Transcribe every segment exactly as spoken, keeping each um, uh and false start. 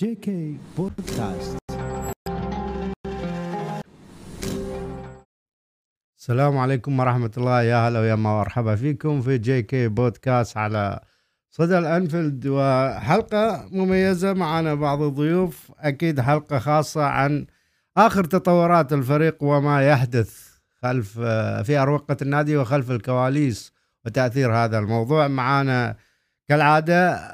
جي كي بودكاست. السلام عليكم ورحمة الله، يا هلا ويا مرحبا فيكم في جي كي بودكاست على صدى الأنفيلد، وحلقة مميزة معنا بعض الضيوف. أكيد حلقة خاصة عن آخر تطورات الفريق وما يحدث خلف في أروقة النادي وخلف الكواليس وتأثير هذا الموضوع. معنا كالعادة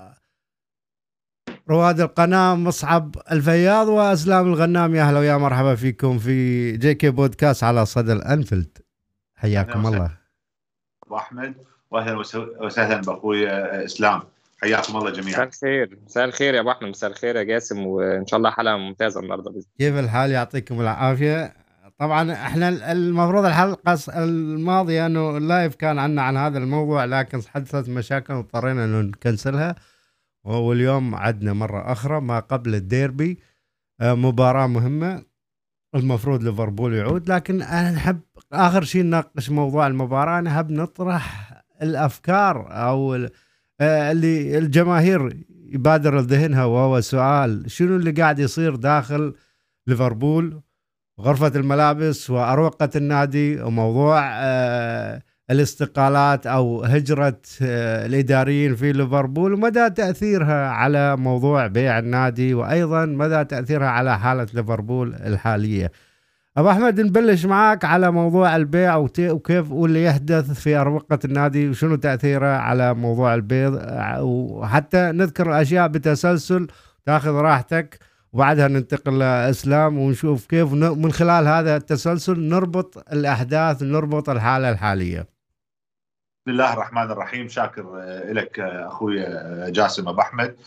رواد القناة مصعب الفياض وأسلام الغنام. يا هلا ويا مرحبا فيكم في جي كي بودكاست على صدى الأنفيلد. حياكم الله أبو أحمد، وأهلا وسهلا بأخوي إسلام. حياكم الله جميعا. مساء الخير. مساء الخير يا أبو أحمد. مساء الخير يا جاسم، وإن شاء الله حلقة ممتازة النهاردة بإذن. كيف الحال؟ يعطيكم العافية. طبعا احنا المفروض الحلقة الماضية انه اللايف كان عنا عن هذا الموضوع، لكن حدثت مشاكل واضطرينا انه نكنسلها، واليوم عدنا مرة اخرى ما قبل الديربي، مباراة مهمة المفروض ليفربول يعود. لكن انا نحب اخر شيء نناقش موضوع المباراة، نحب نطرح الافكار او اللي الجماهير يبادر لذهنها، وهو سؤال: شنو اللي قاعد يصير داخل ليفربول، غرفة الملابس وأروقة النادي، وموضوع آه الاستقالات أو هجرة آه الإداريين في ليفربول، ومدى تأثيرها على موضوع بيع النادي، وأيضا مدى تأثيرها على حالة ليفربول الحالية. أبو أحمد، نبلش معاك على موضوع البيع وكيف واللي يحدث في أروقة النادي وشنو تأثيره على موضوع البيع، وحتى نذكر الأشياء بتسلسل، تأخذ راحتك، وبعدها ننتقل لإسلام ونشوف كيف من خلال هذا التسلسل نربط الأحداث، نربط الحالة الحالية. بسم الله الرحمن الرحيم. شاكر لك أخوي جاسم أبو أحمد،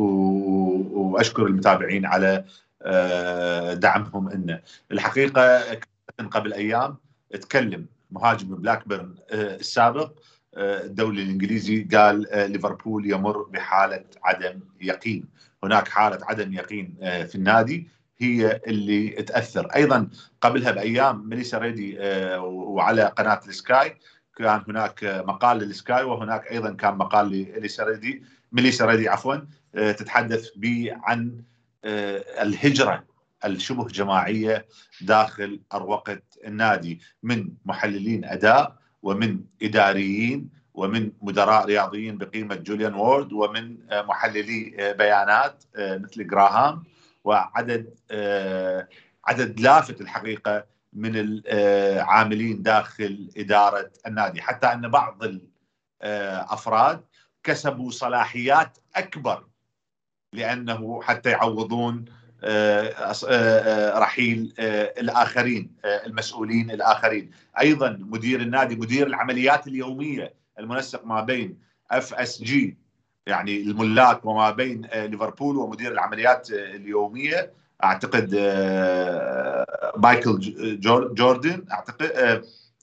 وأشكر المتابعين على دعمهم. إن الحقيقة قبل أيام تكلم مهاجم بلاك بيرن السابق الدولي الإنجليزي، قال ليفربول يمر بحالة عدم يقين. هناك حالة عدم يقين في النادي هي اللي تأثر. أيضا قبلها بأيام ميليسا ريدي وعلى قناة السكاي كان هناك مقال للسكاي، وهناك أيضا كان مقال لميليسا ريدي ميليسا ريدي عفوا تتحدث به عن الهجرة الشبه جماعية داخل أروقة النادي، من محللين أداء ومن إداريين ومن مدراء رياضيين بقيمة جوليان وورد ومن محللي بيانات مثل جراهام، وعدد عدد لافت الحقيقة من العاملين داخل إدارة النادي، حتى أن بعض الأفراد كسبوا صلاحيات أكبر لأنه حتى يعوضون رحيل الآخرين، المسؤولين الآخرين. أيضا مدير النادي، مدير العمليات اليومية المنسق ما بين اف اس جي يعني الملاك وما بين ليفربول، ومدير العمليات اليومية أعتقد مايكل جوردن، أعتقد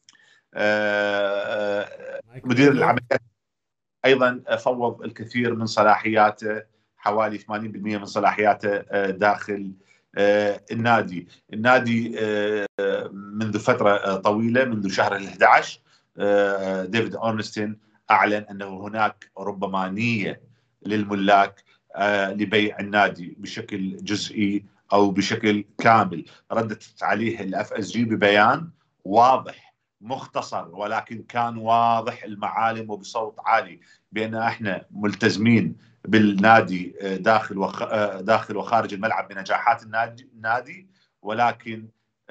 مدير العمليات أيضا فوض الكثير من صلاحياته، حوالي ثمانين بالمئة من صلاحياته داخل النادي. النادي منذ فترة طويلة، منذ شهر الأحد عشر، ديفيد أورنستين أعلن أنه هناك ربما نية للملاك لبيع النادي بشكل جزئي أو بشكل كامل. ردت عليه الاف اس جي ببيان واضح مختصر، ولكن كان واضح المعالم وبصوت عالي، بأن احنا ملتزمين بالنادي داخل وخ... داخل وخارج الملعب بنجاحات النادي، ولكن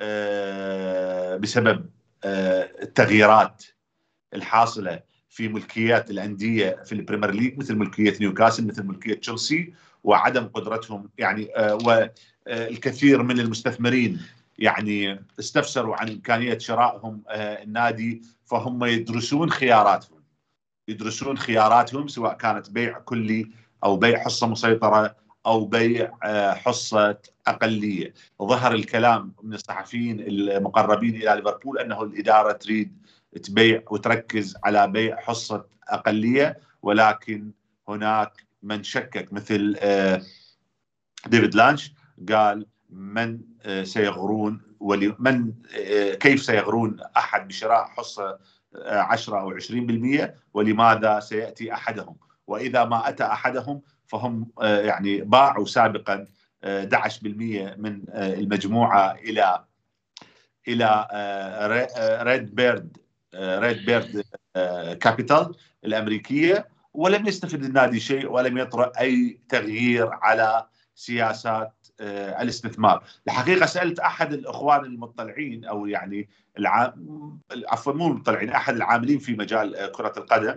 بسبب التغييرات الحاصلة في ملكيات الأندية في البريمير ليج، مثل ملكية نيوكاسل، مثل ملكية تشيلسي، وعدم قدرتهم يعني والكثير من المستثمرين يعني استفسروا عن إمكانية شرائهم النادي، فهم يدرسون خياراتهم يدرسون خياراتهم سواء كانت بيع كلي أو بيع حصة مسيطرة أو بيع حصة أقلية. ظهر الكلام من الصحفيين المقربين إلى ليفربول أنه الإدارة تريد تبيع وتركز على بيع حصة أقلية، ولكن هناك من شكك مثل ديفيد لانش، قال من سيغرون ومن كيف سيغرون أحد بشراء حصة عشرة أو عشرين بالمئة، ولماذا سيأتي أحدهم، وإذا ما أتى أحدهم فهم يعني باعوا سابقا أحد عشر بالمئة من المجموعه الى الى ريد بيرد ريد بيرد كابيتال الامريكيه، ولم يستفد النادي شيء ولم يطرأ اي تغيير على سياسات الاستثمار. الحقيقه سالت احد الاخوان المطلعين او يعني الع... عفوا مو المطلعين، احد العاملين في مجال كره القدم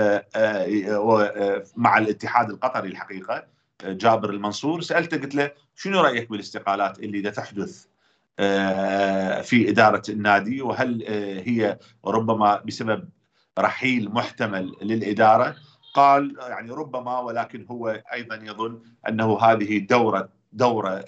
مع الاتحاد القطري الحقيقه، جابر المنصور، سالته قلت له شنو رايك بالاستقالات اللي تحدث في إدارة النادي، وهل هي ربما بسبب رحيل محتمل للإدارة؟ قال يعني ربما، ولكن هو أيضا يظن أنه هذه دورة دورة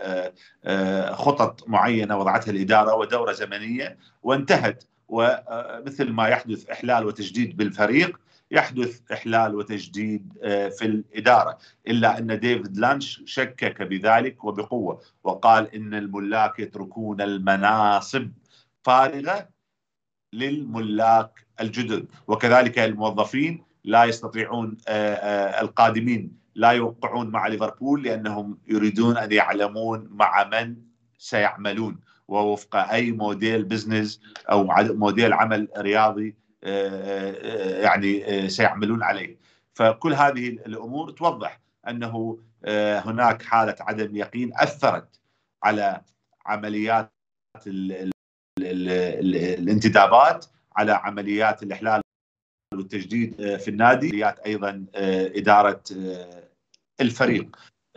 خطط معينة وضعتها الإدارة ودورة زمنية وانتهت، ومثل ما يحدث إحلال وتجديد بالفريق يحدث إحلال وتجديد في الإدارة. إلا أن ديفيد لانش شكك بذلك وبقوة، وقال إن الملاك يتركون المناصب فارغة للملاك الجدد، وكذلك الموظفين لا يستطيعون القادمين لا يوقعون مع ليفربول لأنهم يريدون أن يعلمون مع من سيعملون ووفق أي موديل بزنس أو موديل عمل رياضي يعني سيعملون عليه. فكل هذه الأمور توضح أنه هناك حالة عدم يقين أثرت على عمليات ال ال ال الانتدابات، على عمليات الإحلال والتجديد في النادي، أيضا إدارة الفريق.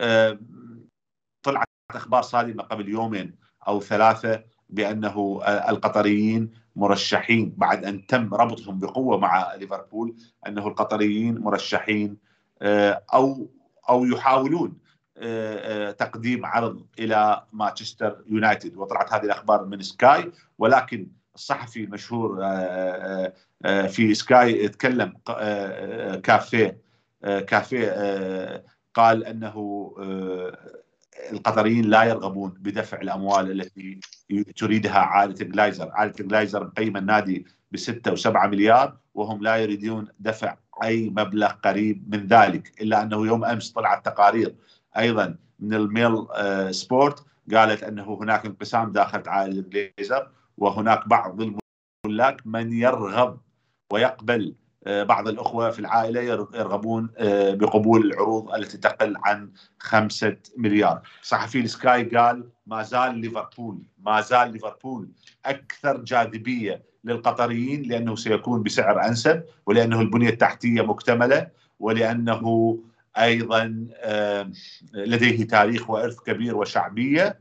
طلعت أخبار صادمة قبل يومين أو ثلاثة بأنه القطريين مرشحين بعد أن تم ربطهم بقوة مع ليفربول، أنه القطريين مرشحين أو أو يحاولون تقديم عرض إلى مانشستر يونايتد. وطلعت هذه الأخبار من سكاي، ولكن الصحفي المشهور في سكاي تكلم كافيه كافيه قال أنه القطريين لا يرغبون بدفع الأموال التي تريدها عائلة جلايزر. عائلة جلايزر مقيمة النادي بستة وسبعة مليار، وهم لا يريدون دفع أي مبلغ قريب من ذلك. إلا أنه يوم أمس طلعت تقارير أيضا من الميل سبورت قالت أنه هناك انقسام داخل عائلة جلايزر، وهناك بعض الملاك من يرغب ويقبل، بعض الأخوة في العائلة يرغبون بقبول العروض التي تقل عن خمسة مليار. صحفي سكاي قال ما زال ليفربول ما زال ليفربول أكثر جاذبية للقطريين، لأنه سيكون بسعر أنسب، ولأنه البنية التحتية مكتملة، ولأنه أيضا لديه تاريخ وإرث كبير وشعبية.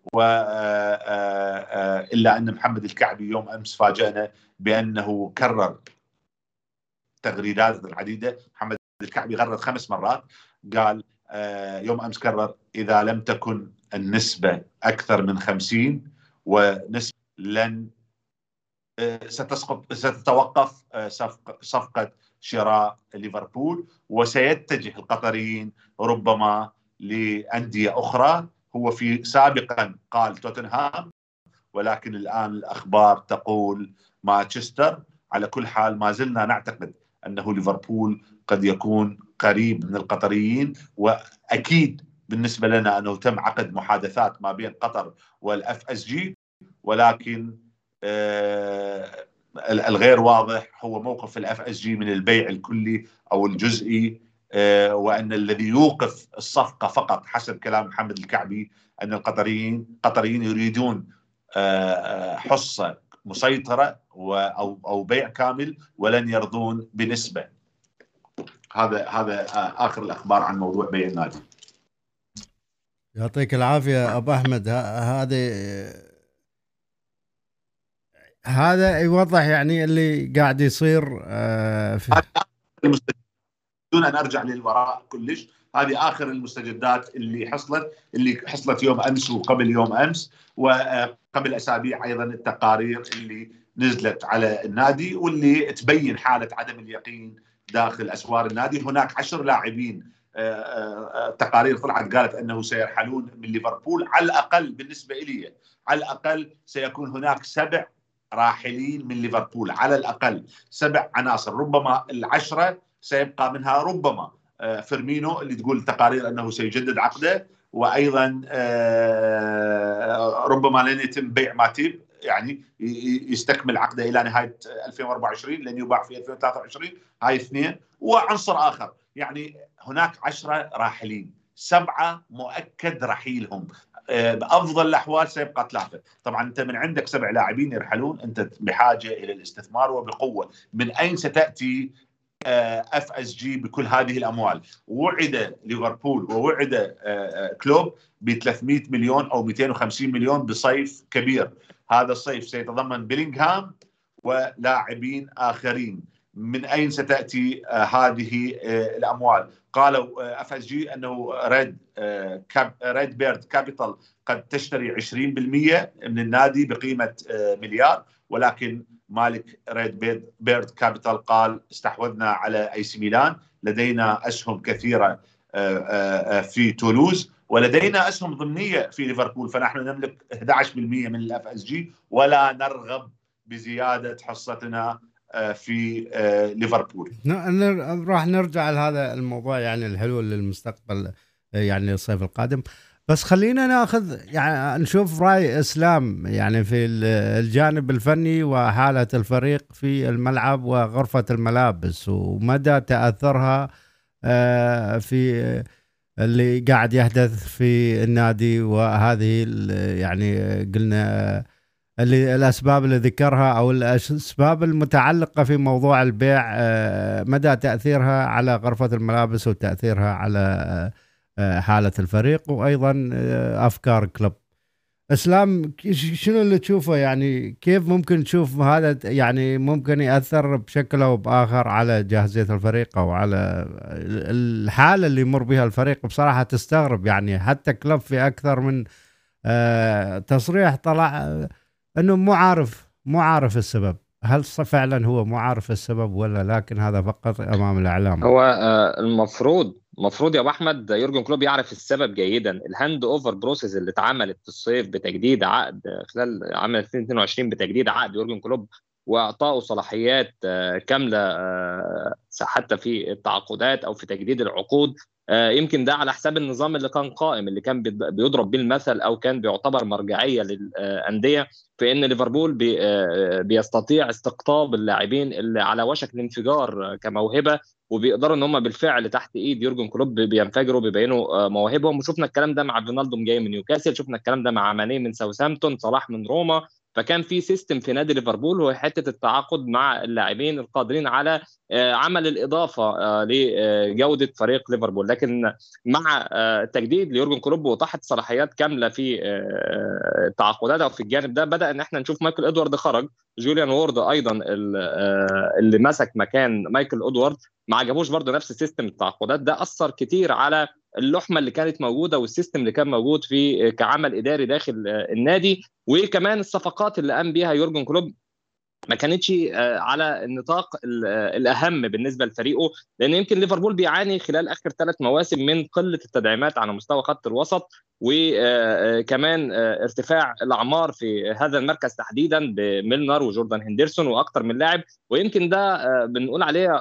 إلا أن محمد الكعبي يوم أمس فاجأنا بأنه كرر تغريدات العديدة. محمد الكعبي غرد خمس مرات، قال يوم أمس كرر إذا لم تكن النسبة أكثر من خمسين ونسبة لن ستسقط ستتوقف صفقة شراء ليفربول، وسيتجه القطريين ربما لأندية أخرى. هو في سابقا قال توتنهام، ولكن الآن الأخبار تقول مانشستر. على كل حال ما زلنا نعتقد أنه ليفربول قد يكون قريب من القطريين، وأكيد بالنسبة لنا أنه تم عقد محادثات ما بين قطر والأف اس جي، ولكن آه الغير واضح هو موقف الأف اس جي من البيع الكلي أو الجزئي، آه وأن الذي يوقف الصفقة فقط حسب كلام محمد الكعبي أن القطريين قطريين يريدون آه حصة مسيطرة أو أو بيع كامل، ولن يرضون بنسبة. هذا هذا آخر الأخبار عن موضوع بيع النادي. يعطيك العافية أبو أحمد. هذه هذا يوضح يعني اللي قاعد يصير في دون أن أرجع للوراء كلش. هذه آخر المستجدات اللي حصلت اللي حصلت يوم أمس وقبل يوم أمس، وقبل أسابيع أيضا التقارير اللي نزلت على النادي واللي تبين حالة عدم اليقين داخل أسوار النادي. هناك عشر لاعبين تقارير طلعت قالت أنه سيرحلون من ليفربول، على الأقل بالنسبة إلي على الأقل سيكون هناك سبع راحلين من ليفربول، على الأقل سبع عناصر، ربما العشرة سيبقى منها ربما فيرمينو اللي تقول تقارير أنه سيجدد عقده، وأيضا ربما لن يتم بيع ماتيب، يعني يستكمل عقده إلى نهاية ألفين وأربعة وعشرين لن يباع في ألفين وثلاثة وعشرين. هاي اثنين. وعنصر آخر، يعني هناك عشرة راحلين، سبعة مؤكد رحيلهم، بأفضل الأحوال سيبقى ثلاثة. طبعا أنت من عندك سبع لاعبين يرحلون، أنت بحاجة إلى الاستثمار وبقوة. من أين ستأتي اف اس جي بكل هذه الاموال؟ وعد ليفربول ووعد كلوب ب ثلاثمئة مليون او مئتين وخمسين مليون بصيف كبير. هذا الصيف سيتضمن بيلينغهام ولاعبين اخرين. من اين ستاتي هذه الاموال؟ قالوا اف اس جي انه ريد كاب ريد بيرد كابيتال قد تشتري عشرين بالمئة من النادي بقيمه مليار، ولكن مالك ريد بيرد كابيتال قال استحوذنا على اي سي ميلان، لدينا اسهم كثيره في تولوز، ولدينا اسهم ضمنيه في ليفربول، فنحن نملك أحد عشر بالمئة من الاف اس جي ولا نرغب بزياده حصتنا في ليفربول. راح نرجع لهذا الموضوع، يعني الحلول للمستقبل، يعني الصيف القادم. بس خلينا ناخذ يعني نشوف رأي إسلام يعني في الجانب الفني وحالة الفريق في الملعب وغرفة الملابس ومدى تأثرها في اللي قاعد يحدث في النادي، وهذه يعني قلنا اللي الأسباب اللي ذكرها أو الأسباب المتعلقة في موضوع البيع، مدى تأثيرها على غرفة الملابس وتأثيرها على حالة الفريق وأيضا أفكار كلوب. إسلام، شنو اللي تشوفه؟ يعني كيف ممكن تشوف هذا يعني ممكن يأثر بشكل أو بآخر على جاهزية الفريق أو على الحالة اللي يمر بها الفريق؟ بصراحة تستغرب، يعني حتى كلوب في أكثر من تصريح طلع أنه مو عارف مو عارف السبب. هل فعلا هو مو عارف السبب ولا لكن هذا فقط أمام الإعلام؟ هو المفروض المفروض يا ابو احمد يورجن كلوب يعرف السبب جيدا. الهاند اوفر بروسيس اللي اتعملت في الصيف بتجديد عقد خلال عام ألفين واثنين وعشرين بتجديد عقد يورجن كلوب واعطائه صلاحيات كامله حتى في التعاقدات او في تجديد العقود، يمكن ده على حساب النظام اللي كان قائم، اللي كان بيضرب به المثل او كان بيعتبر مرجعيه للانديه في ان ليفربول بي بيستطيع استقطاب اللاعبين اللي على وشك الانفجار كموهبه، وبيقدروا ان هم بالفعل تحت ايد يورجن كلوب بينفجروا بيبينوا مواهبهم. وشفنا الكلام ده مع فينالدوم جاي من نيوكاسل، شفنا الكلام ده مع ماني من ساوثهامبتون، صلاح من روما. فكان في سيستم في نادي ليفربول هو حته التعاقد مع اللاعبين القادرين على عمل الاضافه لجوده فريق ليفربول. لكن مع التجديد ليورجن كلوب وتحت صلاحيات كامله في التعاقدات او في الجانب ده، بدا ان احنا نشوف مايكل ادوارد خرج، جوليان وورد ايضا اللي مسك مكان مايكل ادوارد ما عجبوش برضه نفس سيستم التعاقدات ده، اثر كتير على اللحمه اللي كانت موجوده والسيستم اللي كان موجود في كعمل اداري داخل النادي. وكمان الصفقات اللي قام بيها يورجن كلوب ما كانتش على النطاق الاهم بالنسبه لفريقه، لان يمكن ليفربول بيعاني خلال اخر ثلاث مواسم من قله التدعيمات على مستوى خط الوسط، وكمان ارتفاع الاعمار في هذا المركز تحديدا بميلنر وجوردان هندرسون واكثر من لاعب. ويمكن ده بنقول عليه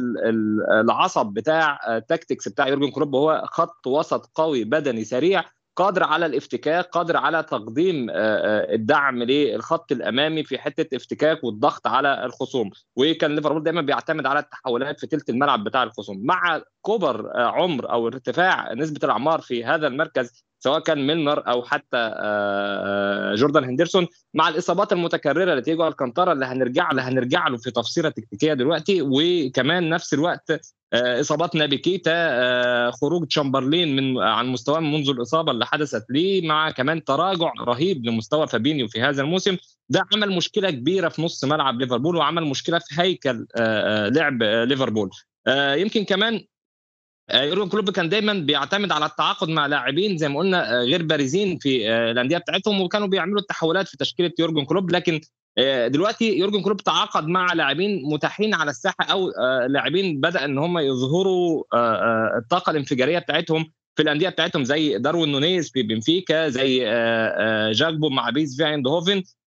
العصب بتاع التكتيكس بتاع يورجن كلوب، هو خط وسط قوي بدني سريع قادر على الافتكاك، قادر على تقديم الدعم للخط الامامي في حته افتكاك والضغط على الخصوم. وكان ليفربول دايما بيعتمد على التحولات في ثلث الملعب بتاع الخصوم. مع كبر عمر او ارتفاع نسبه الاعمار في هذا المركز سواء كان ميلنر او حتى جوردان هندرسون، مع الاصابات المتكرره لتيجو الكانتارا اللي هنرجع له هنرجع له في تفسيره تكتيكيه دلوقتي، وكمان نفس الوقت اصابات نابي كيتا، خروج تشامبرلين من عن مستواه منذ الاصابه اللي حدثت ليه، مع كمان تراجع رهيب لمستوى فابينيو في هذا الموسم. ده عمل مشكله كبيره في نص ملعب ليفربول وعمل مشكله في هيكل لعب ليفربول. يمكن كمان يورجن كلوب كان دايما بيعتمد على التعاقد مع لاعبين زي ما قلنا غير بارزين في الانديه بتاعتهم، وكانوا بيعملوا التحولات في تشكيله يورجن كلوب. لكن دلوقتي يورجن كلوب تعاقد مع لاعبين متاحين على الساحه او لاعبين بدا ان هم يظهروا الطاقه الانفجاريه بتاعتهم في الانديه بتاعتهم، زي داروين نونيز في بنفيكا، زي جاكبو مع بيس في ايندهوفن.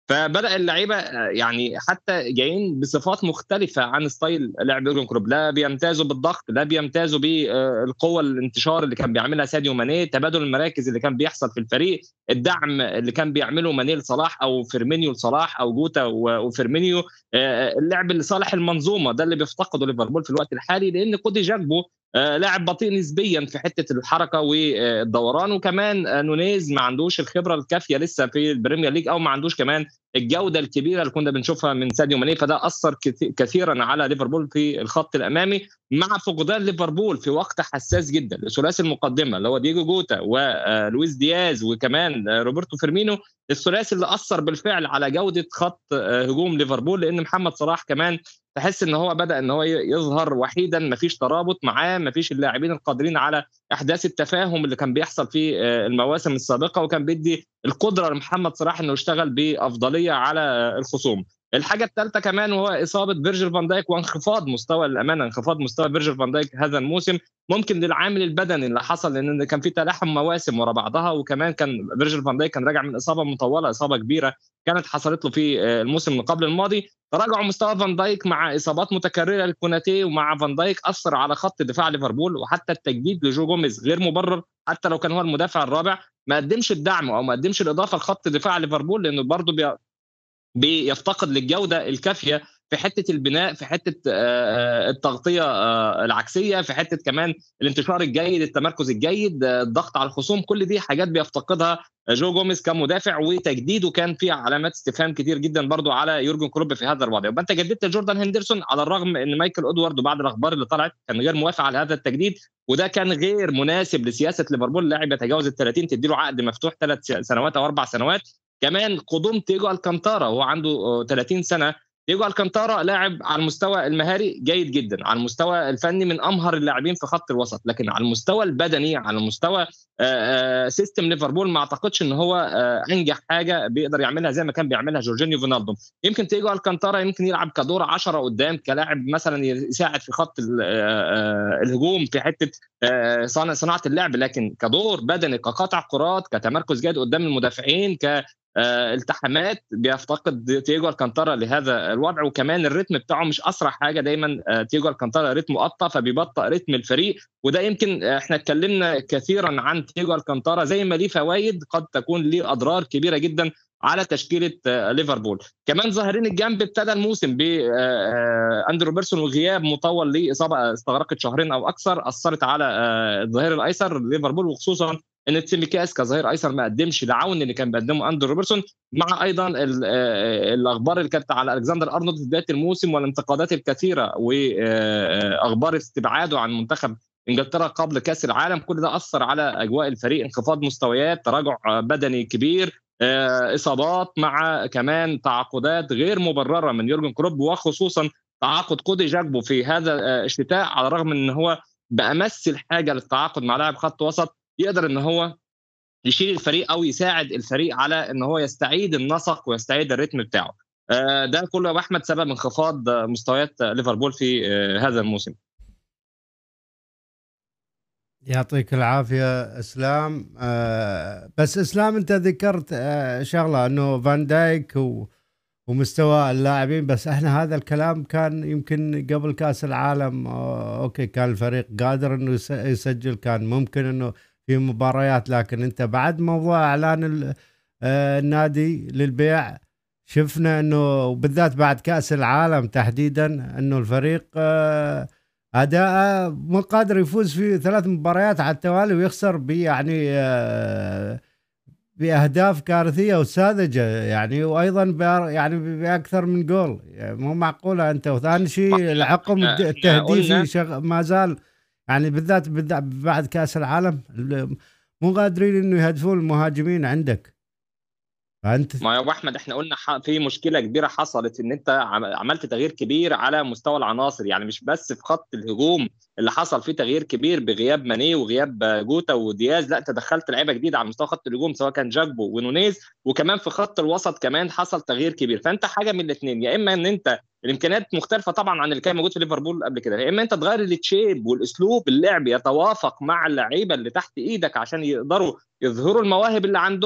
فبدا اللعيبه يعني حتى جايين بصفات مختلفه عن ستايل لعب يورجن كلوب، لا بيمتازوا بالضغط، لا بيمتازوا بالقوه الانتشار اللي كان بيعملها ساديو ماني، تبادل المراكز اللي كان بيحصل في الفريق، الدعم اللي كان بيعمله ماني لصلاح او فيرمينيو لصلاح او جوتا وفيرمينيو، اللعب لصالح المنظومه ده اللي بيفتقده ليفربول في الوقت الحالي، لان كودي جاكبو لاعب بطيء نسبيا في حته الحركه والدوران، وكمان نونيز ما عندوش الخبره الكافيه لسه في البريمير ليج، او ما عندوش كمان الجوده الكبيره اللي كنا بنشوفها من ساديو ماني، فده اثر كثيرا على ليفربول في الخط الامامي، مع فقدان ليفربول في وقت حساس جدا لثلاثي المقدمه اللي هو دييجو جوتا ولويس دياز وكمان روبرتو فيرمينو، الثلاثي اللي اثر بالفعل على جوده خط هجوم ليفربول، لان محمد صلاح كمان تحس ان هو بدا ان هو يظهر وحيدا، مفيش ترابط معاه، مفيش اللاعبين القادرين على احداث التفاهم اللي كان بيحصل في المواسم السابقه، وكان بيدي القدره لمحمد صلاح انه يشتغل بافضليه على الخصوم. الحاجه الثالثه كمان وهو اصابه فيرجيل فان دايك وانخفاض مستوى الامانه، انخفاض مستوى فيرجيل فان دايك هذا الموسم، ممكن للعامل البدني اللي حصل، لان كان في تلاحم مواسم ورا بعضها، وكمان كان فيرجيل فان دايك كان راجع من اصابه مطوله، اصابه كبيره كانت حصلت له في الموسم اللي قبل الماضي، تراجع مستوى فان دايك مع اصابات متكرره لكوناتي ومع فان دايك اثر على خط دفاع ليفربول، وحتى التجديد لجو جوميز غير مبرر، حتى لو كان هو المدافع الرابع ما قدمش الدعم او ما قدمش الاضافه لخط دفاع ليفربول، لانه برضه بي... بيفتقد للجوده الكافيه في حته البناء، في حته التغطيه العكسيه، في حته كمان الانتشار الجيد، التمركز الجيد، الضغط على الخصوم، كل دي حاجات بيفتقدها جو جوميز كمدافع، وتجديده كان فيه علامات استفهام كتير جدا برضو على يورجن كلوب في هذا الوضع. يبقى انت جددت جوردان هندرسون على الرغم ان مايكل اودوارد بعد الاخبار اللي طلعت كان غير موافق على هذا التجديد، وده كان غير مناسب لسياسه ليفربول، لاعب يتجاوز ال ثلاثين تديله عقد مفتوح ثلاث سنوات او اربع سنوات. كمان قدوم تيجو الكانتارا وهو عنده ثلاثين سنه، تيجو الكانتارا لاعب على المستوى المهاري جيد جدا، على المستوى الفني من امهر اللاعبين في خط الوسط، لكن على المستوى البدني، على مستوى سيستم ليفربول ما اعتقدش ان هو انجح حاجه بيقدر يعملها زي ما كان بيعملها جورجينيو فينالدوم. يمكن تيجو الكانتارا يمكن يلعب كدور عشرة قدام، كلاعب مثلا يساعد في خط الهجوم في حته صناعه اللعب، لكن كدور بدني، كقطع كرات، كتمركز جيد قدام المدافعين، ك التحامات، بيفتقد تيجو الكانتارا لهذا الوضع، وكمان الريتم بتاعه مش اسرع حاجه، دايما تيجو الكانتارا رتمه ابطا فبيبطئ رتم الفريق، وده يمكن احنا اتكلمنا كثيرا عن تيجو الكانتارا زي ما ليه فوائد قد تكون ليه اضرار كبيره جدا على تشكيله ليفربول. كمان ظاهرين الجنب ابتدى الموسم باندرو بيرسون وغياب مطول لاصابه استغرقت شهرين او اكثر، اثرت على الظهير الايسر ليفربول، وخصوصا ان تسيميكاس كظهير ايسر ما قدمش العون اللي كان بيقدمه اندرو روبرتسون، مع ايضا الاخبار اللي كانت على الكسندر ارنولد في بدايه الموسم والانتقادات الكثيره واخبار استبعاده عن منتخب انجلترا قبل كاس العالم، كل ده اثر على اجواء الفريق، انخفاض مستويات، تراجع بدني كبير، اصابات، مع كمان تعاقدات غير مبرره من يورجن كلوب، وخصوصا تعاقد كودي جاكبو في هذا الشتاء، على الرغم ان هو بامس الحاجه للتعاقد مع لاعب خط وسط يقدر ان هو يشيل الفريق او يساعد الفريق على ان هو يستعيد النسق ويستعيد الريتم بتاعه. ده كله يا احمد سبب انخفاض مستويات ليفربول في هذا الموسم. يعطيك العافيه اسلام. بس اسلام انت ذكرت شغله انه فان دايك ومستوى اللاعبين، بس احنا هذا الكلام كان يمكن قبل كاس العالم، اوكي كان الفريق قادر انه يسجل، كان ممكن انه في مباريات، لكن انت بعد موضوع اعلان النادي للبيع شفنا انه بالذات بعد كاس العالم تحديدا انه الفريق اداءه مو قادر يفوز في ثلاث مباريات على التوالي ويخسر ب يعني باهداف كارثيه وساذجه يعني، وايضا يعني باكثر من جول، يعني مو معقوله انت. وثاني شيء العقم التهديفي ما زال يعني بالذات بعد كاس العالم مو قادرين انه يهدفون المهاجمين عندك. فانت ما يا ابو احمد احنا قلنا في مشكله كبيره حصلت، ان انت عملت تغيير كبير على مستوى العناصر، يعني مش بس في خط الهجوم اللي حصل فيه تغيير كبير بغياب ماني وغياب جوتا ودياز، لا تدخلت لعيبه جديده على مستوى خط الهجوم سواء كان جاكبو ونونيز، وكمان في خط الوسط كمان حصل تغيير كبير. فانت حاجه من الاثنين، يا اما ان انت الامكانيات مختلفه طبعا عن اللي كان موجود في ليفربول قبل كده، يا اما انت تغير التشيب والاسلوب اللعب يتوافق مع اللعيبه اللي تحت ايدك عشان يقدروا يظهروا المواهب اللي عندهم،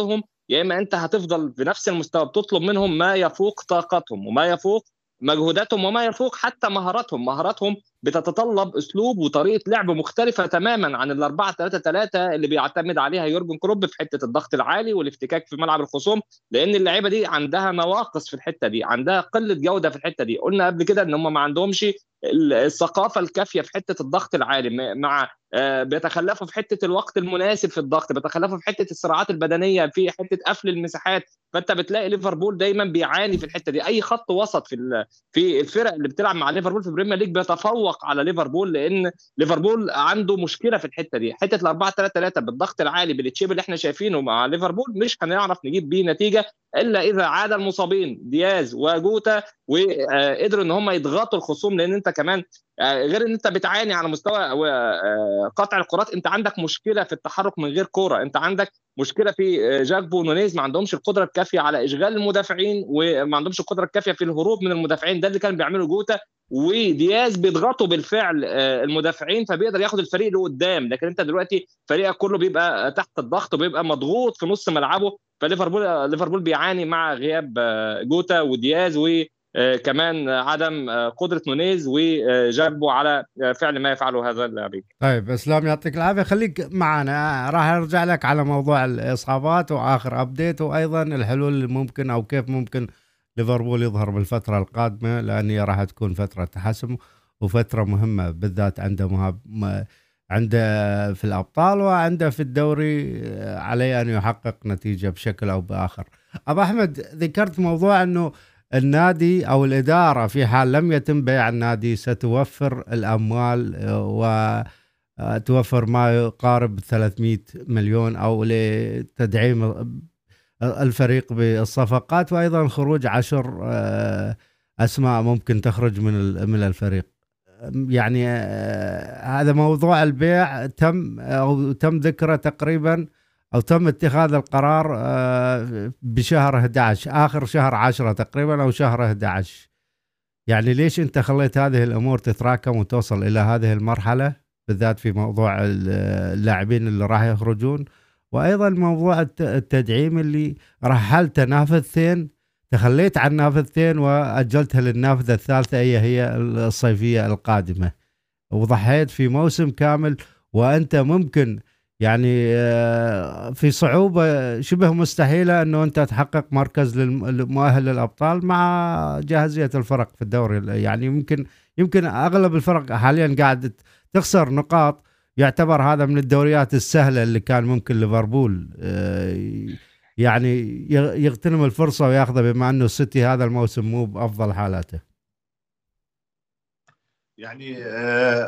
يا اما انت هتفضل بنفس المستوى بتطلب منهم ما يفوق طاقتهم وما يفوق مجهوداتهم وما يفوق حتى مهاراتهم مهاراتهم بتتطلب اسلوب وطريقه لعب مختلفه تماما عن الأربعة ثلاثة ثلاثة اللي بيعتمد عليها يورجن كلوب في حته الضغط العالي والافتكاك في ملعب الخصوم، لان اللعيبه دي عندها نواقص في الحته دي، عندها قله جوده في الحته دي. قلنا قبل كده ان هم ما عندهمش الثقافه الكافيه في حته الضغط العالي، مع بيتخلفوا في حته الوقت المناسب في الضغط، بيتخلفوا في حته الصراعات البدنيه، في حته قفل المساحات. فانت بتلاقي ليفربول دايما بيعاني في الحته دي. اي خط وسط في في الفرق اللي بتلعب مع ليفربول في البريمير ليج بيتفوق على ليفربول، لان ليفربول عنده مشكله في الحته دي. حته الأربعة ثلاثة ثلاثة بالضغط العالي بالتشيب اللي احنا شايفينه مع ليفربول مش هنعرف نجيب بيه نتيجه الا اذا عاد المصابين دياز وجوتا وقدروا ان هم يضغطوا الخصوم. لان انت كمان غير ان انت بتعاني على مستوى قطع الكرات، انت عندك مشكله في التحرك من غير كوره، انت عندك مشكله في جاكبو ونونيز ما عندهمش القدره الكافيه على اشغال المدافعين وما عندهمش القدره الكافيه في الهروب من المدافعين. ده اللي كان بيعمله جوتا ودياز، بيضغطوا بالفعل المدافعين فبيقدر ياخد الفريق لقدام. لكن انت دلوقتي فريقك كله بيبقى تحت الضغط وبيبقى مضغوط في نص ملعبه، فليفربول ليفربول بيعاني مع غياب جوتا ودياز و كمان عدم قدرة نونيز وجابوا على فعل ما يفعله هذا اللاعبين. طيب اسلام يعطيك العافية، خليك معنا، راح ارجع لك على موضوع الاصابات واخر ابديت وايضا الحلول اللي ممكن او كيف ممكن ليفربول يظهر بالفترة القادمة، لان هي راح تكون فترة تحسم وفترة مهمة بالذات عنده مهاب عنده في الابطال وعنده في الدوري، عليه ان يحقق نتيجة بشكل او باخر. ابو احمد، ذكرت موضوع انه النادي أو الإدارة في حال لم يتم بيع النادي ستوفر الأموال وتوفر ما يقارب ثلاثمئة مليون أو لتدعيم الفريق بالصفقات، وأيضا خروج عشر أسماء ممكن تخرج من من الفريق. يعني هذا موضوع البيع تم أو تم ذكره تقريبا أو تم اتخاذ القرار بشهر أحد عشر، آخر شهر عشرة تقريبا أو شهر أحد عشر. يعني ليش أنت خليت هذه الأمور تتراكم وتوصل إلى هذه المرحلة بالذات في موضوع اللاعبين اللي راح يخرجون، وأيضا موضوع التدعيم اللي رحلت نافذتين، تخليت عن نافذتين وأجلتها للنافذة الثالثة هي هي الصيفية القادمة، وضحيت في موسم كامل وأنت ممكن يعني في صعوبة شبه مستحيلة أنه أنت تحقق مركز للمؤهل للأبطال مع جاهزية الفرق في الدوري. يعني يمكن يمكن أغلب الفرق حاليا قاعدة تخسر نقاط، يعتبر هذا من الدوريات السهلة اللي كان ممكن ليفربول يعني يغتنم الفرصة وياخذها، بما أنه السيتي هذا الموسم مو بأفضل حالاته. يعني آه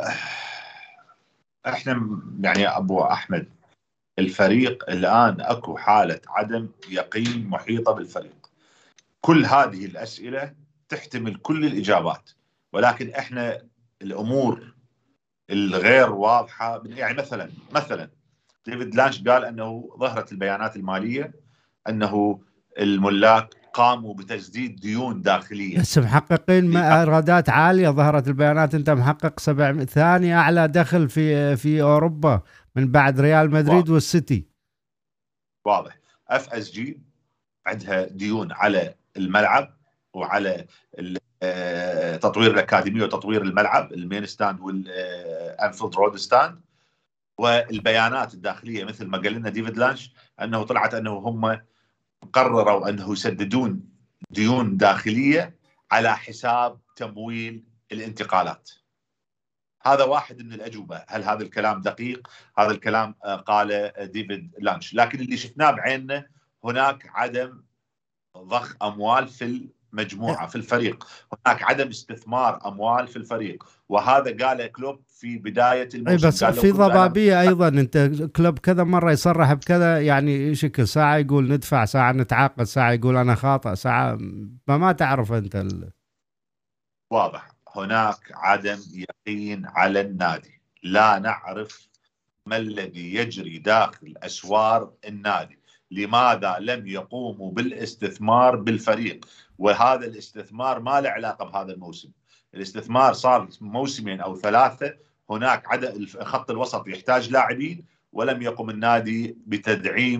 احنا يعني ابو احمد الفريق الان اكو حاله عدم يقين محيطه بالفريق. كل هذه الاسئله تحتمل كل الاجابات، ولكن احنا الامور الغير واضحه. يعني مثلا مثلا ديفيد لانش قال انه ظهرت البيانات الماليه انه الملاك قاموا بتسديد ديون داخليه، بس محققين ايرادات عاليه. ظهرت البيانات انت محقق سبع ثاني اعلى دخل في في اوروبا من بعد ريال مدريد واضح. والسيتي. واضح. اف اس جي عندها ديون على الملعب وعلى تطوير الاكاديميه وتطوير الملعب المين ستاند والانفيلد رود ستاند. والبيانات الداخليه مثل ما قال لنا ديفيد لانش انه طلعت انه هم قرروا انه يسددون ديون داخليه على حساب تمويل الانتقالات. هذا واحد من الاجوبه. هل هذا الكلام دقيق؟ هذا الكلام قاله ديفيد لانش، لكن اللي شفناه بعيننا هناك عدم ضخ اموال في المجموعه في الفريق، هناك عدم استثمار اموال في الفريق، وهذا قاله كلوب في بدايه الموسم. بس في ضبابيه ايضا، انت كلوب كذا مره يصرح بكذا، يعني شكل ساعه يقول ندفع، ساعه نتعاقد، ساعه يقول انا خاطئ، ساعه ما ما تعرف انت ال... واضح. هناك عدم يقين على النادي، لا نعرف ما الذي يجري داخل اسوار النادي، لماذا لم يقوموا بالاستثمار بالفريق؟ وهذا الاستثمار ما له علاقه بهذا الموسم، الاستثمار صار موسمين او ثلاثه. هناك عدد خط الوسط يحتاج لاعبين ولم يقم النادي بتدعيم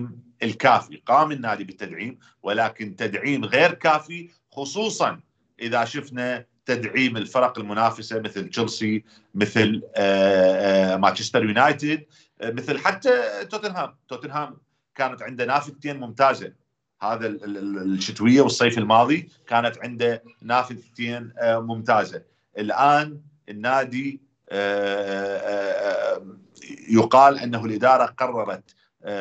الكافي. قام النادي بالتدعيم، ولكن تدعيم غير كافي، خصوصا إذا شفنا تدعيم الفرق المنافسة مثل تشيلسي، مثل مانشستر يونايتد، مثل حتى توتنهام. توتنهام كانت عنده نافذتين ممتازة هذا الشتوية والصيف الماضي، كانت عنده نافذتين ممتازة. الآن النادي يقال أنه الإدارة قررت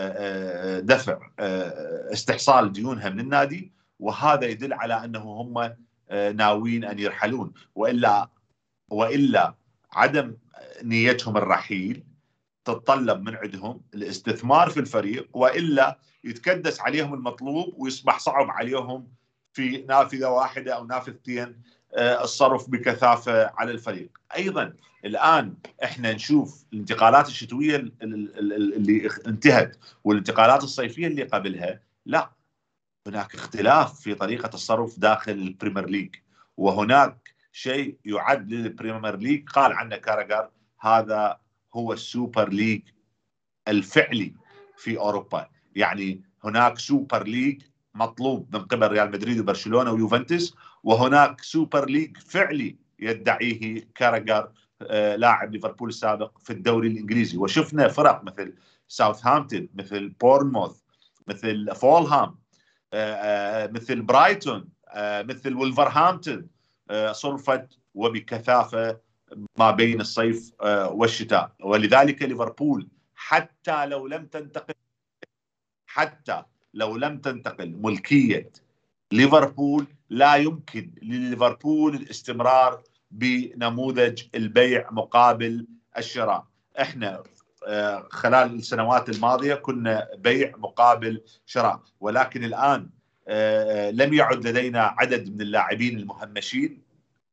دفع استحصال ديونها من النادي، وهذا يدل على أنه هم ناويين أن يرحلون، وإلا وإلا عدم نيتهم الرحيل تتطلب من عندهم الاستثمار في الفريق، وإلا يتكدس عليهم المطلوب ويصبح صعب عليهم في نافذة واحدة أو نافذتين الصرف بكثافة على الفريق. أيضا الآن احنا نشوف الانتقالات الشتوية اللي انتهت والانتقالات الصيفية اللي قبلها، لا، هناك اختلاف في طريقة الصرف داخل البريمير ليج، وهناك شيء يعد للبريمير ليج قال عنه كاراغار هذا هو السوبر ليج الفعلي في أوروبا. يعني هناك سوبر ليج مطلوب من قبل ريال مدريد وبرشلونة ويوفنتوس، وهناك سوبر ليج فعلي يدعيه كاراغار آه لاعب ليفربول السابق في الدوري الإنجليزي. وشفنا فرق مثل ساوثهامبتون، مثل بورنموث، مثل فولهام، آه آه مثل برايتون، آه مثل ولفرهامبتون، آه صرفت وبكثافة ما بين الصيف والشتاء. ولذلك ليفربول حتى لو لم تنتقل حتى لو لم تنتقل ملكية ليفربول، لا يمكن لليفربول الاستمرار بنموذج البيع مقابل الشراء. احنا خلال السنوات الماضية كنا بيع مقابل شراء، ولكن الآن لم يعد لدينا عدد من اللاعبين المهمشين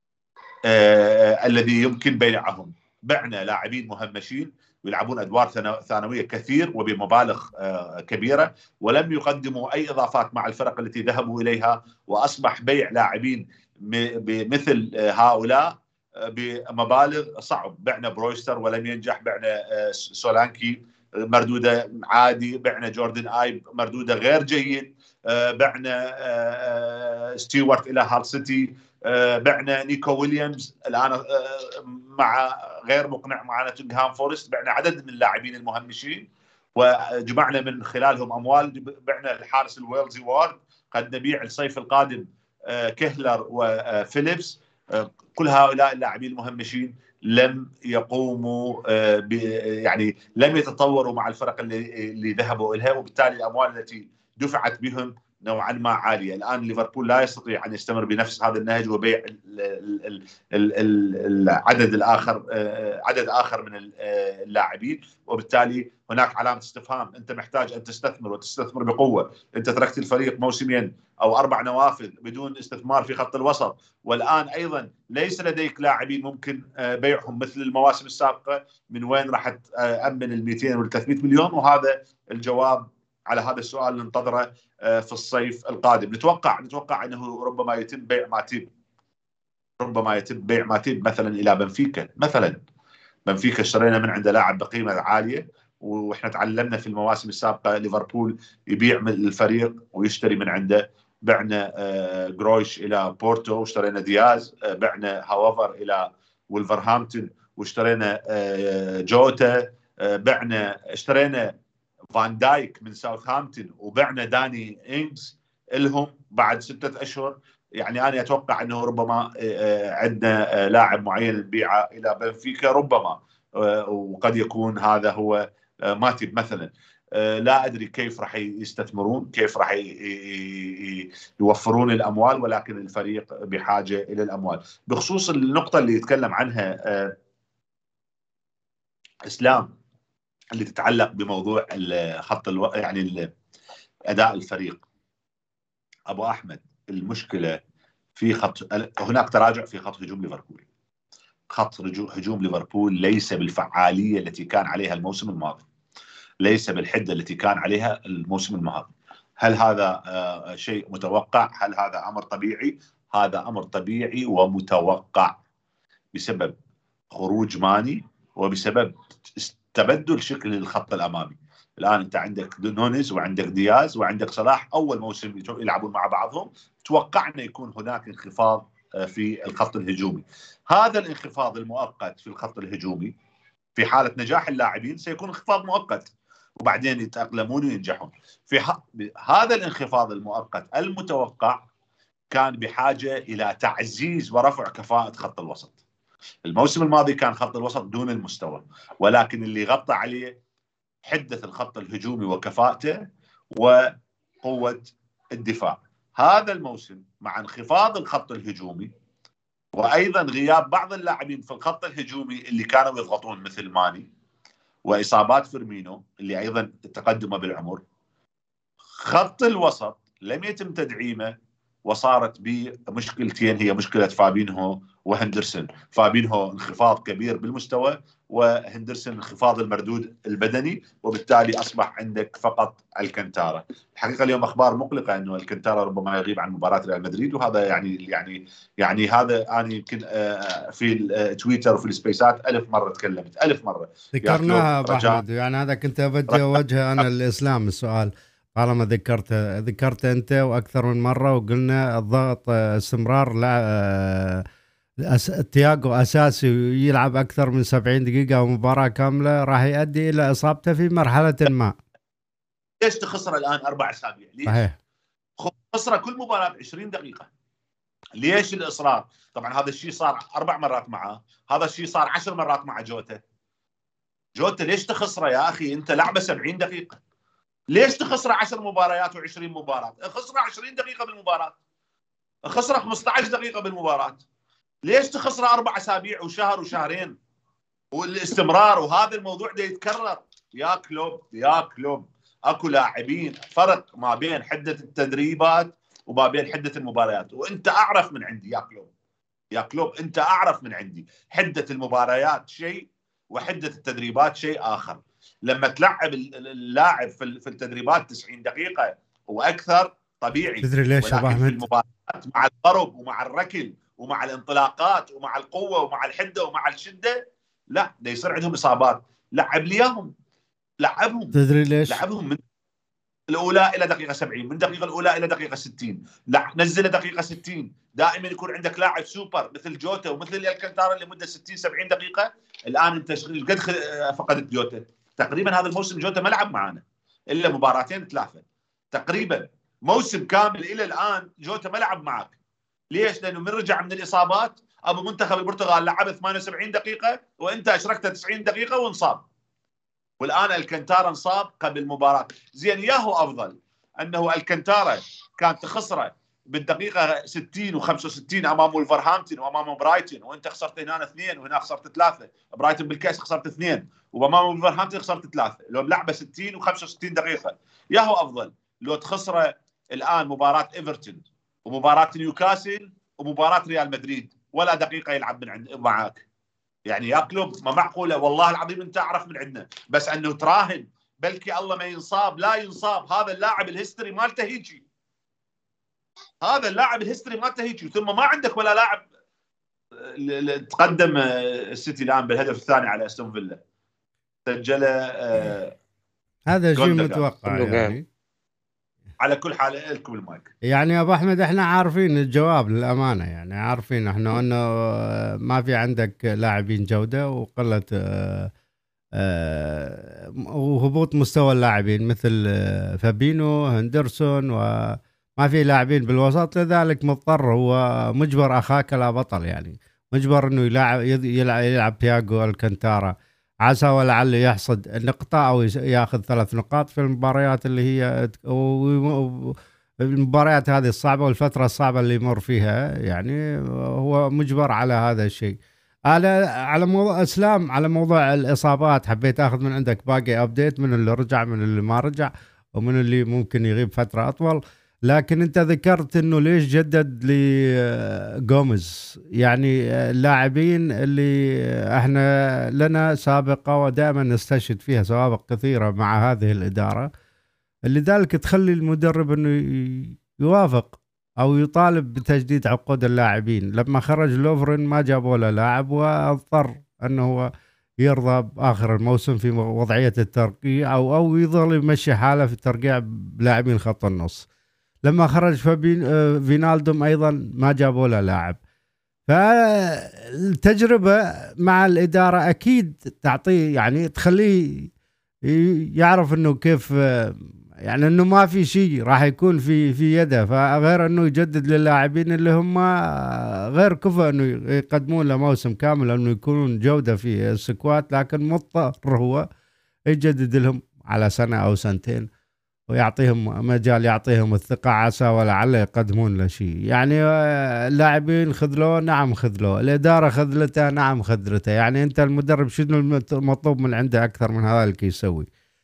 آه الذي يمكن بيعهم. بعنا لاعبين مهمشين ويلعبون أدوار ثانوية كثير وبمبالغ آه كبيرة، ولم يقدموا أي إضافات مع الفرق التي ذهبوا إليها، وأصبح بيع لاعبين بمثل هؤلاء بمبالغ صعب. بعنا برويستر ولم ينجح، بعنا آه سولانكي مردودة عادي، بعنا جوردن آيب مردودة غير جيد، آه بعنا آه ستيوارت إلى هال سيتي، بعنا نيكو ويليامز الآن مع غير مقنع مع نوتنغهام فورست. بعنا عدد من اللاعبين المهمشين وجمعنا من خلالهم أموال. بعنا الحارس الويلزي وارد، قد نبيع الصيف القادم كهلر وفيليبس. كل هؤلاء اللاعبين المهمشين لم يقوموا يعني لم يتطوروا مع الفرق اللي, اللي ذهبوا إليها، وبالتالي الأموال التي دفعت بهم نوعا ما عالية. الآن ليفربول لا يستطيع أن يستمر بنفس هذا النهج وبيع العدد الآخر عدد آخر من اللاعبين، وبالتالي هناك علامة استفهام. أنت محتاج أن تستثمر وتستثمر بقوة. أنت تركت الفريق موسمين أو أربع نوافذ بدون استثمار في خط الوسط، والآن أيضا ليس لديك لاعبين ممكن بيعهم مثل المواسم السابقة. من وين راح تأمن ال مئتين وال ثلاثمئة مليون؟ وهذا الجواب على هذا السؤال ننتظره في الصيف القادم. نتوقع نتوقع انه ربما يتم بيع ماتيب، ربما يتم بيع ماتيب مثلا الى بنفيكا. مثلا بنفيكا اشترينا من عنده لاعب بقيمه عاليه، واحنا تعلمنا في المواسم السابقه ليفربول يبيع من الفريق ويشتري من عنده. بعنا جرويش الى بورتو واشترينا دياز، بعنا هاوفر الى ولفرهامبتون واشترينا جوتا، بعنا اشترينا فان دايك من ساوثهامبتون وبعنا داني إنجز لهم بعد ستة أشهر. يعني أنا أتوقع أنه ربما عندنا لاعب معين نبيعه إلى بنفيكا ربما، وقد يكون هذا هو ماتب مثلا. لا أدري كيف راح يستثمرون، كيف راح يوفرون الأموال، ولكن الفريق بحاجة إلى الأموال. بخصوص النقطة اللي يتكلم عنها إسلام اللي تتعلق بموضوع خط الو... يعني اداء الفريق، ابو احمد، المشكله في خط، هناك تراجع في خط هجوم ليفربول. خط هجوم ليفربول ليس بالفعاليه التي كان عليها الموسم الماضي، ليس بالحده التي كان عليها الموسم الماضي. هل هذا شيء متوقع؟ هل هذا امر طبيعي؟ هذا امر طبيعي ومتوقع بسبب خروج ماني وبسبب تبدل شكل الخط الامامي. الان انت عندك نونيز وعندك دياز وعندك صلاح، اول موسم يلعبون مع بعضهم، توقعنا يكون هناك انخفاض في الخط الهجومي. هذا الانخفاض المؤقت في الخط الهجومي في حاله نجاح اللاعبين سيكون انخفاض مؤقت، وبعدين يتاقلمون وينجحون. في هذا الانخفاض المؤقت المتوقع كان بحاجه الى تعزيز ورفع كفاءه خط الوسط. الموسم الماضي كان خط الوسط دون المستوى، ولكن اللي غطى عليه حده الخط الهجومي وكفاءته وقوه الدفاع. هذا الموسم مع انخفاض الخط الهجومي وايضا غياب بعض اللاعبين في الخط الهجومي اللي كانوا يضغطون مثل ماني، واصابات فيرمينو اللي ايضا تقدمه بالعمر، خط الوسط لم يتم تدعيمه، وصارت بمشكلتين هي مشكله فابينهو وهندرسون. فابينهو انخفاض كبير بالمستوى، وهندرسون انخفاض المردود البدني، وبالتالي اصبح عندك فقط الكنتارا. الحقيقه اليوم اخبار مقلقه انه الكنتارا ربما يغيب عن مباراه ريال مدريد، وهذا يعني يعني يعني هذا انا يمكن في التويتر وفي السبيسات ألف مره تكلمت ألف مره ذكرناها ابو احمد، يعني هذا كنت اوجه وجه انا الاسلام السؤال طالما ذكرت ذكرت انت واكثر من مره، وقلنا الضغط استمرار لا أس... تياغو اساسي يلعب اكثر من سبعين دقيقه ومباراه كامله راح يؤدي الى اصابته في مرحله ما. ليش تخسر الان اربع اسابيع؟ ليش؟ صحيح. خسر كل مباراه عشرين دقيقه. ليش الاصرار؟ طبعا هذا الشيء صار اربع مرات معه، هذا الشيء صار عشر مرات مع جوتا. جوتا ليش تخسره يا اخي؟ انت لعبه سبعين دقيقه، ليش تخسر عشر مباريات وعشرين مباراه؟ خسر عشرين دقيقه بالمباراه، خسر خمسة عشر دقيقه بالمباراه. ليش تخسر اربع اسابيع وشهر وشهرين؟ والاستمرار، وهذا الموضوع ده يتكرر. يا كلوب يا كلوب اكو لاعبين فرق ما بين حده التدريبات وما بين حده المباريات، وانت اعرف من عندي يا كلوب يا كلوب انت اعرف من عندي حده المباريات شيء وحده التدريبات شيء اخر. لما تلعب اللاعب في التدريبات تسعين دقيقه واكثر طبيعي، تدري ليش يا ابو احمد؟ في المباريات مع الضرب ومع الركل ومع الانطلاقات ومع القوه ومع الحده ومع الشده لا ده يصير عندهم اصابات. لعب لي اياهم، لعبهم. تدري ليش؟ لعبهم من الاولى الى دقيقه سبعين، من الدقيقه الاولى الى دقيقه ستين، لا نزله دقيقه ستين. دائما يكون عندك لاعب سوبر مثل جوتا ومثل الكانتارا لمده ستين سبعين دقيقه. الان انت قد فقدت جوتا تقريبا. هذا الموسم جوتا ما لعب معنا الا مباراتين ثلاثه تقريبا. موسم كامل الى الان جوتا ما لعب معك. ليش؟ لانه من رجع من الاصابات ابو منتخب البرتغال لعب ثمانية وسبعين دقيقه وانت اشركته تسعين دقيقه وانصاب. والان الكنتارا انصاب قبل المباراه. زين ياهو افضل انه الكنتارا كانت تخسره بالدقيقه ستين وخمسة وستين امام ولفرهامبتون وامام برايتون، وانت خسرت هنا اثنين وهنا خسرت ثلاثه. برايتون بالكاس خسرت اثنين وامام ولفرهامبتون خسرت ثلاثه. لو لعبه ستين وخمسة وستين دقيقه ياهو افضل لو تخسره الان مباراه ايفرتون ومباراه نيوكاسل ومباراه ريال مدريد ولا دقيقه يلعب من عند معاك. يعني يا كلوب ما معقوله والله العظيم انت اعرف من عندنا، بس انه تراهن بلكي الله ما ينصاب. لا ينصاب، هذا اللاعب الهيستوري مالته هيجي، هذا اللاعب الهيستوري مالته هيجي. ثم ما عندك ولا لاعب. تقدم السيتي الان بالهدف الثاني على استون فيلا، سجله آه هذا شيء متوقع يعني. على كل حال لكم المايك. يعني يا ابو احمد احنا عارفين الجواب للامانه، يعني عارفين احنا انه ما في عندك لاعبين جوده وقله آه آه وهبوط مستوى اللاعبين مثل فابينو هندرسون، وما في لاعبين بالوسط، لذلك مضطر هو مجبر اخاك لا بطل، يعني مجبر انه يلعب يلعب, يلعب تياغو الكانتارا عسى ولعل يحصد نقطة أو يأخذ ثلاث نقاط في المباريات اللي هي المباريات هذه الصعبة والفترة الصعبة اللي يمر فيها، يعني هو مجبر على هذا الشيء. على على موضوع اسلام، على موضوع الإصابات حبيت أخذ من عندك باقي أبديت من اللي رجع من اللي ما رجع ومن اللي ممكن يغيب فترة أطول. لكن انت ذكرت انه ليش جدد لجوميز، يعني اللاعبين اللي احنا لنا سابقة ودائما نستشهد فيها سوابق كثيرة مع هذه الإدارة، لذلك تخلي المدرب انه يوافق او يطالب بتجديد عقود اللاعبين. لما خرج لوفرين ما جابوا له لاعب واضطر انه هو يرضى باخر الموسم في وضعيه الترقيع او او يظل يمشي حاله في الترقيع بلاعبين خط النص. لما خرج فينالدوم ايضا ما جابوا له لاعب. فالتجربه مع الاداره اكيد تعطيه يعني تخليه يعرف انه كيف يعني انه ما في شيء راح يكون في في يده، فغير انه يجدد للاعبين اللي هم غير كفء انه يقدمون له موسم كامل انه يكونون جوده في السكوات، لكن مضطر هو يجدد لهم على سنه او سنتين ويعطيهم مجال، يعطيهم الثقه عسى ولعل يقدمون له شيء. يعني اللاعبين خذلوه، نعم خذلوه، الاداره خذلته، نعم خذلته. يعني انت المدرب شنو المطلوب من عنده اكثر من هذا اللي يسوي؟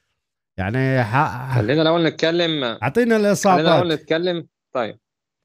يعني ح... خلينا الاول نتكلم اعطينا الاصابات. خلينا الاول نتكلم طيب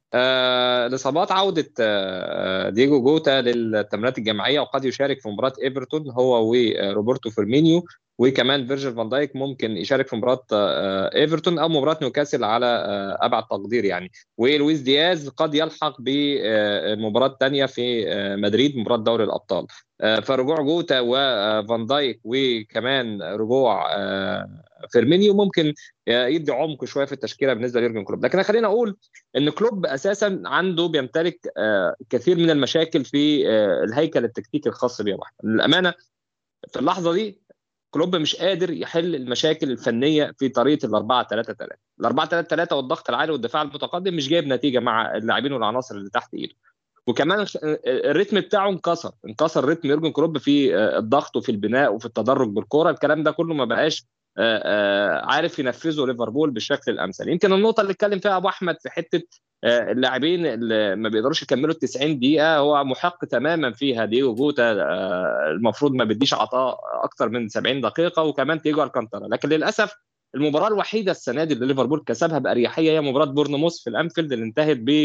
آه، الاصابات. عوده آه، دييجو جوتا للتمرينات الجماعيه وقد يشارك في مباراه ايفرتون هو وروبرتو فيرمينيو، وكمان فيرجيل فان دايك ممكن يشارك في مباراه آه، ايفرتون او مباراه نيوكاسل على آه، ابعد تقدير يعني. ولويس دياز قد يلحق بمباراه ثانيه في آه، مدريد، مباراه دوري الابطال. آه، فرجوع جوتا وفان دايك وكمان رجوع آه، فيرمينيو ممكن يدي عمق شويه في التشكيله بالنسبه ليورجن كلوب. لكن خلينا اقول ان كلوب اساسا عنده بيمتلك كثير من المشاكل في الهيكل التكتيكي الخاص بيه. واحد للامانه في اللحظه دي كلوب مش قادر يحل المشاكل الفنيه في طريقه الأربعة ثلاثة ثلاثة. الأربعة ثلاثة ثلاثة والضغط العالي والدفاع المتقدم مش جايب نتيجه مع اللاعبين والعناصر اللي تحت ايده. وكمان الريتم بتاعه انكسر انكسر ريتم يورجن كلوب في الضغط وفي البناء وفي التدرج بالكوره. الكلام ده كله ما بقاش عارف ينفذه ليفربول بالشكل الامثل. يمكن النقطه اللي اتكلم فيها ابو احمد في حته اللاعبين اللي ما بيقدروش يكملوا التسعين دقيقه، هو محق تماما فيها. دييجو جوتا المفروض ما بديش عطاء اكتر من سبعين دقيقه، وكمان تيجو الكانتارا. لكن للاسف المباراه الوحيده السنه دي اللي ليفربول كسبها باريحيه هي مباراه بورنموث في الانفيلد اللي انتهت ب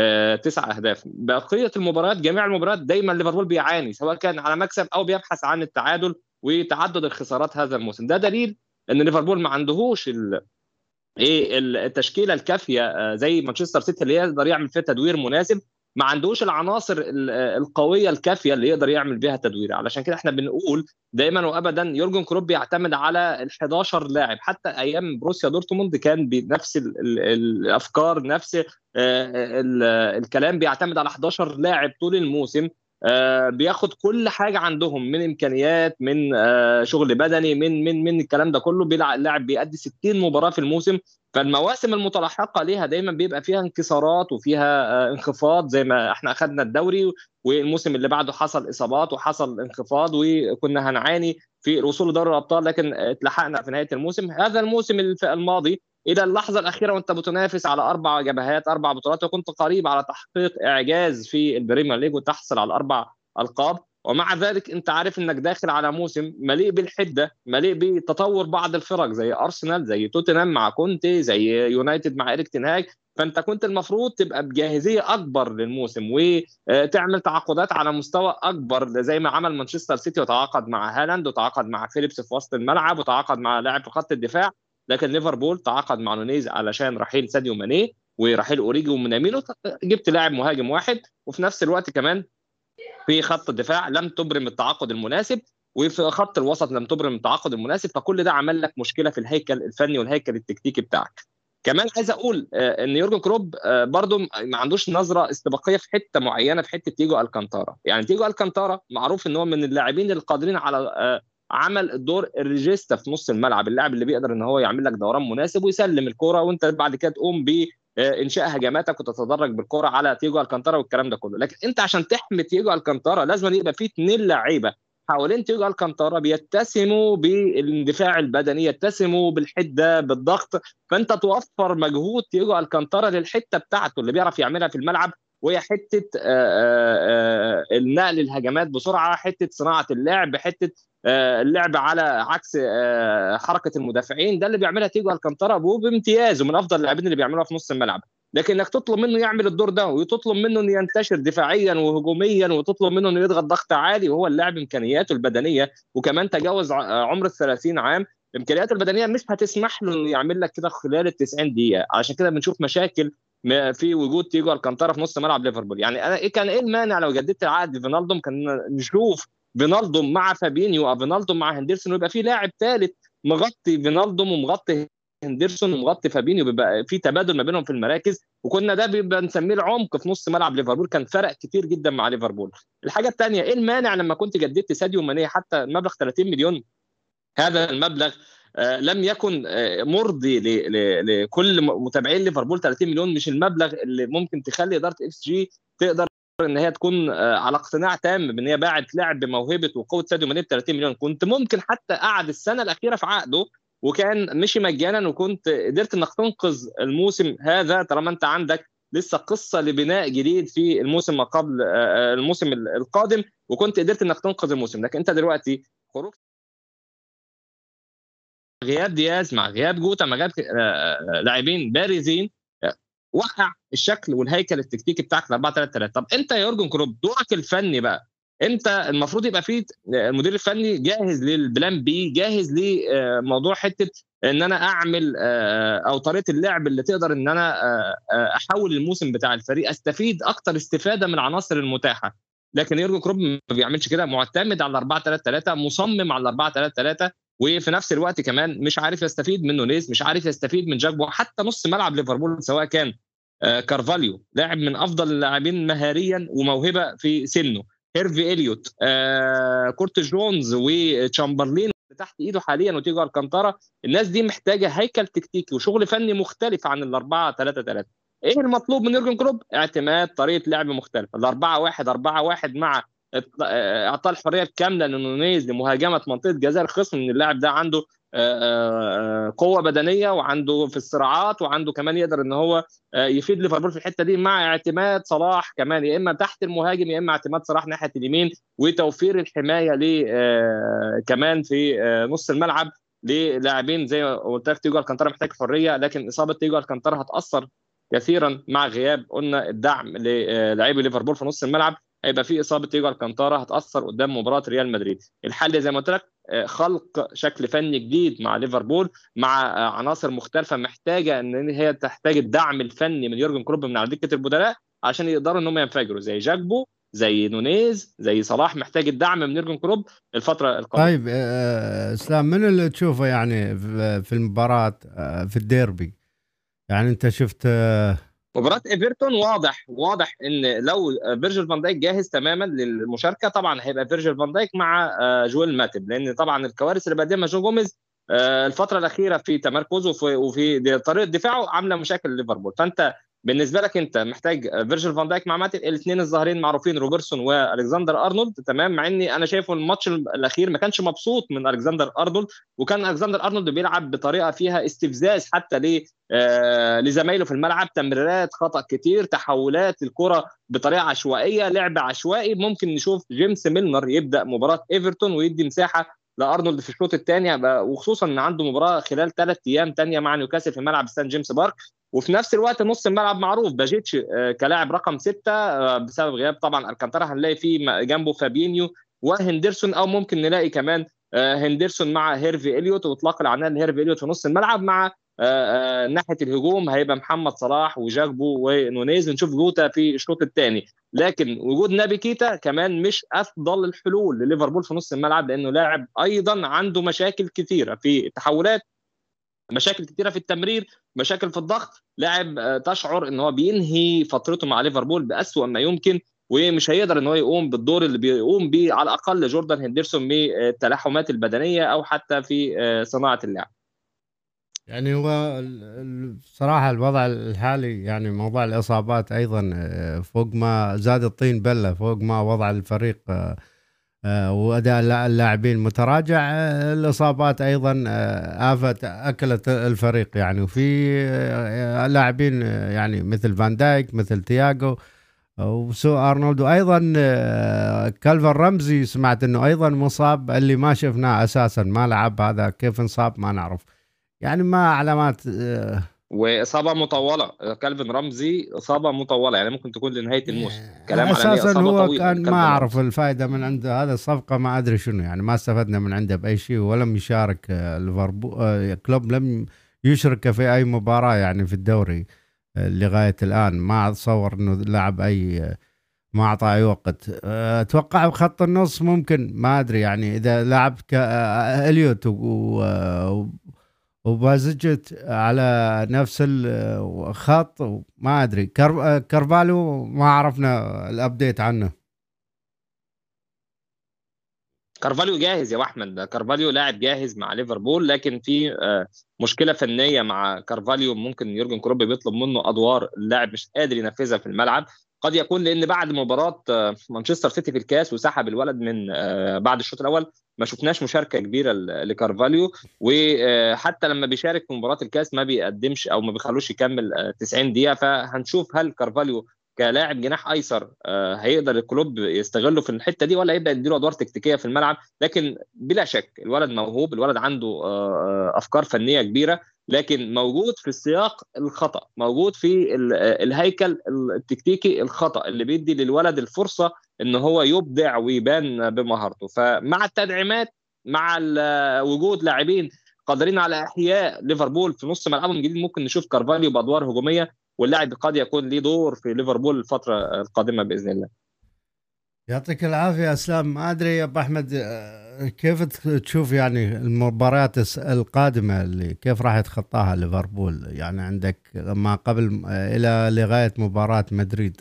تسع اهداف. بقيه المباريات جميع المباريات دايما ليفربول بيعاني، سواء كان على مكسب او بيبحث عن التعادل وتعدد الخسارات هذا الموسم. ده دليل ان ليفربول ما عندهوش ال... ايه التشكيله الكافيه زي مانشستر سيتي اللي يقدر يعمل فيها تدوير مناسب. ما عندوش العناصر القويه الكافيه اللي يقدر يعمل بها تدوير. علشان كده احنا بنقول دايما وابدا يورجن كلوب بيعتمد على الحداشر لاعب. حتى ايام بروسيا دورتموند كان بنفس ال ال الافكار، نفس ال ال الكلام، بيعتمد على حداشر لاعب طول الموسم. آه بياخد كل حاجه عندهم من امكانيات، من آه شغل بدني، من من من الكلام ده كله. بيلعب اللاعب بيأدي ستين مباراه في الموسم. فالمواسم المتلاحقه ليها دايما بيبقى فيها انكسارات وفيها آه انخفاض، زي ما احنا اخذنا الدوري والموسم اللي بعده حصل اصابات وحصل انخفاض وكنا هنعاني في الوصول لدوري الابطال، لكن اتلحقنا في نهايه الموسم. هذا الموسم الماضي الى اللحظه الاخيره وانت بتنافس على اربع جبهات، اربع بطولات، وكنت قريب على تحقيق اعجاز في البريمير ليج وتحصل على اربع القاب. ومع ذلك انت عارف انك داخل على موسم مليء بالحده، مليء بتطور بعض الفرق زي ارسنال، زي توتنهام مع كونتي، زي يونايتد مع إيريك تين هاج. فانت كنت المفروض تبقى بجاهزيه اكبر للموسم وتعمل تعاقدات على مستوى اكبر، زي ما عمل مانشستر سيتي وتعاقد مع هالاند وتعاقد مع فيليبس في وسط الملعب وتعاقد مع لاعب في خط الدفاع. لكن ليفربول تعاقد مع نونيز علشان رحيل ساديو ماني ورحيل اوريجي ومنامينو. جبت لاعب مهاجم واحد، وفي نفس الوقت كمان في خط الدفاع لم تبرم التعاقد المناسب، وفي خط الوسط لم تبرم التعاقد المناسب. فكل ده عمل لك مشكله في الهيكل الفني والهيكل التكتيكي بتاعك. كمان عايز اقول ان يورجن كلوب برضو ما عندوش نظره استباقيه في حته معينه، في حته تيجو الكانتارا. يعني تيجو الكانتارا معروف ان هو من اللاعبين القادرين على عمل الدور الريجيستا في نص الملعب، اللاعب اللي بيقدر ان هو يعمل لك دوران مناسب ويسلم الكوره وانت بعد كده تقوم بانشاء هجماتك وتتدرج بالكوره على تيجو الكانتارا والكلام ده كله. لكن انت عشان تحمي تيجو الكانتارا لازم يبقى في اثنين لعيبه حوالين تيجو الكانتارا بيتسموا بالاندفاع البدني، يتسموا بالحده بالضغط. فانت توفر مجهود تيجو الكانتارا للحته بتاعته اللي بيعرف يعملها في الملعب، وهي حته النقل الهجمات بسرعه، حته صناعه اللعب، حته اللعب على عكس حركه المدافعين. ده اللي بيعملها تيجو الكانتارا وبامتياز، ومن افضل اللاعبين اللي بيعملوها في نص الملعب. لكن انك تطلب منه يعمل الدور ده وتطلب منه انه ينتشر دفاعيا وهجوميا وتطلب منه انه يضغط ضغط عالي، وهو اللاعب امكانياته البدنيه وكمان تجاوز عمر الثلاثين عام، امكانياته البدنيه مش هتسمح له انه يعمل لك كده خلال التسعين دقيقه. عشان كده بنشوف مشاكل في وجود تيجو الكانتارا في نص ملعب ليفربول. يعني انا إيه كان ايه المانع لو جددت العقد فينالدوم؟ كان نشوف فينالدوم مع فابينيو او فينالدوم مع هندرسون، ويبقى في لاعب ثالث مغطي فينالدوم ومغطي هندرسون ومغطي فابينيو، بيبقى في تبادل ما بينهم في المراكز. وكنا ده بيبقى نسميه العمق في نص ملعب ليفربول، كان فرق كتير جدا مع ليفربول. الحاجه الثانيه، ايه المانع لما كنت جددت ساديو ماني حتى مبلغ ثلاثين مليون؟ هذا المبلغ آه لم يكن آه مرضي لكل متابعين ليفربول. ثلاثين مليون مش المبلغ اللي ممكن تخلي اداره اكس جي تقدر ان هي تكون آه على اقتناع تام بان هي باعت لاعب بموهبه وقوه ساديو ماني ب ثلاثين مليون. كنت ممكن حتى قعد السنه الاخيره في عقده وكان مشي مجانا، وكنت قدرت انك تنقذ الموسم هذا طالما انت عندك لسه قصه لبناء جديد في الموسم ما قبل آه الموسم القادم، وكنت قدرت انك تنقذ الموسم. لكن انت دلوقتي خروج غياب دياز مع غياب جوتا مع غياب لاعبين بارزين وقع الشكل والهيكل التكتيكي بتاعك ل أربعة ثلاثة ثلاثة. طب انت يا يورجن كلوب دورك الفني بقى، انت المفروض يبقى فيه المدير الفني جاهز للبلان بي، جاهز لموضوع حته ان انا اعمل او طريقه اللعب اللي تقدر ان انا احول الموسم بتاع الفريق استفيد اكتر استفاده من العناصر المتاحه. لكن يورجن كلوب ما بيعملش كده، معتمد على أربعة ثلاثة ثلاثة، مصمم على أربعة ثلاثة ثلاثة، وفي نفس الوقت كمان مش عارف يستفيد من نونيز، مش عارف يستفيد من جاكبو. حتى نص ملعب ليفربول سواء كان كارفاليو لاعب من افضل اللاعبين مهاريا وموهبه في سنه، هيرفي إليوت، كورت جونز وتشامبرلين تحت ايده حاليا، وتيجو الكانتارا، الناس دي محتاجه هيكل تكتيكي وشغل فني مختلف عن الأربعة ثلاثة ثلاثة. ايه المطلوب من يورجن كلوب؟ اعتماد طريقه لعب مختلفه، الأربعة واحد أربعة واحد مع اعطاء الحريه الكامله لنونيز لمهاجمه منطقه جزاء الخصم، ان اللاعب ده عنده قوه بدنيه وعنده في الصراعات وعنده كمان يقدر ان هو يفيد ليفربول في الحته دي، مع اعتماد صلاح كمان يا اما تحت المهاجم يا اما اعتماد صلاح ناحيه اليمين، وتوفير الحمايه ل كمان في نص الملعب للاعبين زي ما قلت لك. تيجو الكانتارا محتاج حريه، لكن اصابه تيجو الكانتارا هتاثر كثيرا مع غياب قلنا الدعم للاعبي ليفربول في نص الملعب. هيبقى في اصابه تيجو الكانتارا هتاثر قدام مباراه ريال مدريد. الحل زي ما قلت لك خلق شكل فني جديد مع ليفربول، مع عناصر مختلفه محتاجه ان هي تحتاج الدعم الفني من يورجن كلوب من على دكه البدلاء عشان يقدروا ان هم ينفجروا، زي جاكبو زي نونيز زي صلاح، محتاج الدعم من يورجن كلوب الفتره القادمه. طيب اسلام، من اللي تشوفه يعني في المباراه في الديربي؟ يعني انت شفت مباراة ايفرتون، واضح واضح ان لو فيرجيل فان دايك جاهز تماما للمشاركه طبعا هيبقى فيرجيل فان دايك مع جويل ماتب، لان طبعا الكوارث اللي بيقدمها جو جوميز الفتره الاخيره في تمركزه وفي, وفي طريقه دفاعه عامله مشاكل لليفربول. فانت بالنسبه لك انت محتاج فيرجيل فان دايك مع ماتب، الاثنين الظاهرين معروفين روبرتسون والكسندر ارنولد، تمام. مع اني انا شايفه الماتش الاخير ما كانش مبسوط من الكسندر ارنولد، وكان الكسندر ارنولد بيلعب بطريقه فيها استفزاز حتى ل آه لزمايله في الملعب، تمريرات خطا كتير، تحولات الكره بطريقه عشوائيه، لعب عشوائي. ممكن نشوف جيمس ميلنر يبدا مباراه ايفرتون ويدي مساحه لارنولد في الشوط الثاني، وخصوصا ان عنده مباراه خلال ثلاث ايام ثانيه مع نيوكاسل في ملعب سان جيمس بارك. وفي نفس الوقت نص الملعب معروف باجيتش كلاعب رقم ستة بسبب غياب طبعا الكانتارا، هنلاقي فيه جنبه فابينيو وهندرسون، او ممكن نلاقي كمان هندرسون مع هيرفي إليوت، واطلاق العنان لهيرفي إليوت في نص الملعب. مع ناحيه الهجوم هيبقى محمد صلاح وجاكبو ونونيز، نشوف جوتا في الشوط الثاني. لكن وجود نابي كيتا كمان مش افضل الحلول لليفربول في نص الملعب، لانه لاعب ايضا عنده مشاكل كثيره في التحولات، مشاكل كتيره في التمرير، مشاكل في الضغط. لاعب تشعر ان هو بينهي فترته مع ليفربول بأسوأ ما يمكن، ومش هيقدر ان هو يقوم بالدور اللي بيقوم به على الاقل جوردان هندرسون من التلاحمات البدنيه او حتى في صناعه اللعب. يعني هو بصراحه الوضع الحالي يعني موضوع الاصابات ايضا فوق ما زاد الطين بله، فوق ما وضع الفريق وأداء اللاعبين متراجع، الإصابات أيضا آفة أكلت الفريق يعني. وفي لاعبين يعني مثل فان دايك مثل تياغو وسو أرنولد، وأيضا كالفن رمزي سمعت أنه أيضا مصاب، اللي ما شفناه أساسا ما لعب، هذا كيف انصاب ما نعرف يعني، ما علامات واصابه مطوله. كالفن رمزي اصابه مطوله يعني ممكن تكون لنهايه الموسم، كلام على اساسا هو كان ما اعرف الفائده من عنده هذا الصفقه، ما ادري شنو يعني، ما استفدنا من عنده باي شيء، ولم يشارك ليفربول كلوب لم يشارك في اي مباراه يعني في الدوري لغايه الان، ما اتصور انه لعب اي ما اعطى اي وقت. اتوقع بخط النص ممكن، ما ادري يعني اذا لعب اليوت وبازجت على نفس الخط، ما ادري. كارفاليو ما عرفنا الابديت عنه. كارفاليو جاهز يا احمد، كارفاليو لاعب جاهز مع ليفربول، لكن في مشكله فنيه مع كارفاليو. ممكن يورجن كلوب بيطلب منه ادوار اللاعب مش قادر ينفذها في الملعب. قد يكون لان بعد مباراه مانشستر سيتي في الكاس وسحب الولد من بعد الشوط الاول، ما شفناش مشاركه كبيره لكارفاليو. وحتى لما بيشارك في مباراه الكاس ما بيقدمش او ما بيخلوش يكمل تسعين دقيقه. فهنشوف هل كارفاليو كلاعب جناح ايسر هيقدر الكلوب يستغله في الحته دي، ولا يبدا يديله ادوار تكتيكيه في الملعب. لكن بلا شك الولد موهوب، الولد عنده افكار فنيه كبيره، لكن موجود في السياق الخطا، موجود في الهيكل التكتيكي الخطا اللي بيدي للولد الفرصه ان هو يبدع ويبان بمهارته. فمع التدعيمات، مع وجود لاعبين قادرين على احياء ليفربول في نص ملعبهم الجديد، ممكن نشوف كارفاليو بادوار هجوميه، واللاعب قد يكون له دور في ليفربول الفتره القادمه باذن الله. يعطيك العافيه اسلام. ما ادري يا ابو احمد، كيف تشوف يعني المباريات القادمه اللي كيف راح يتخطاها ليفربول؟ يعني عندك ما قبل الى لغايه مباراه مدريد.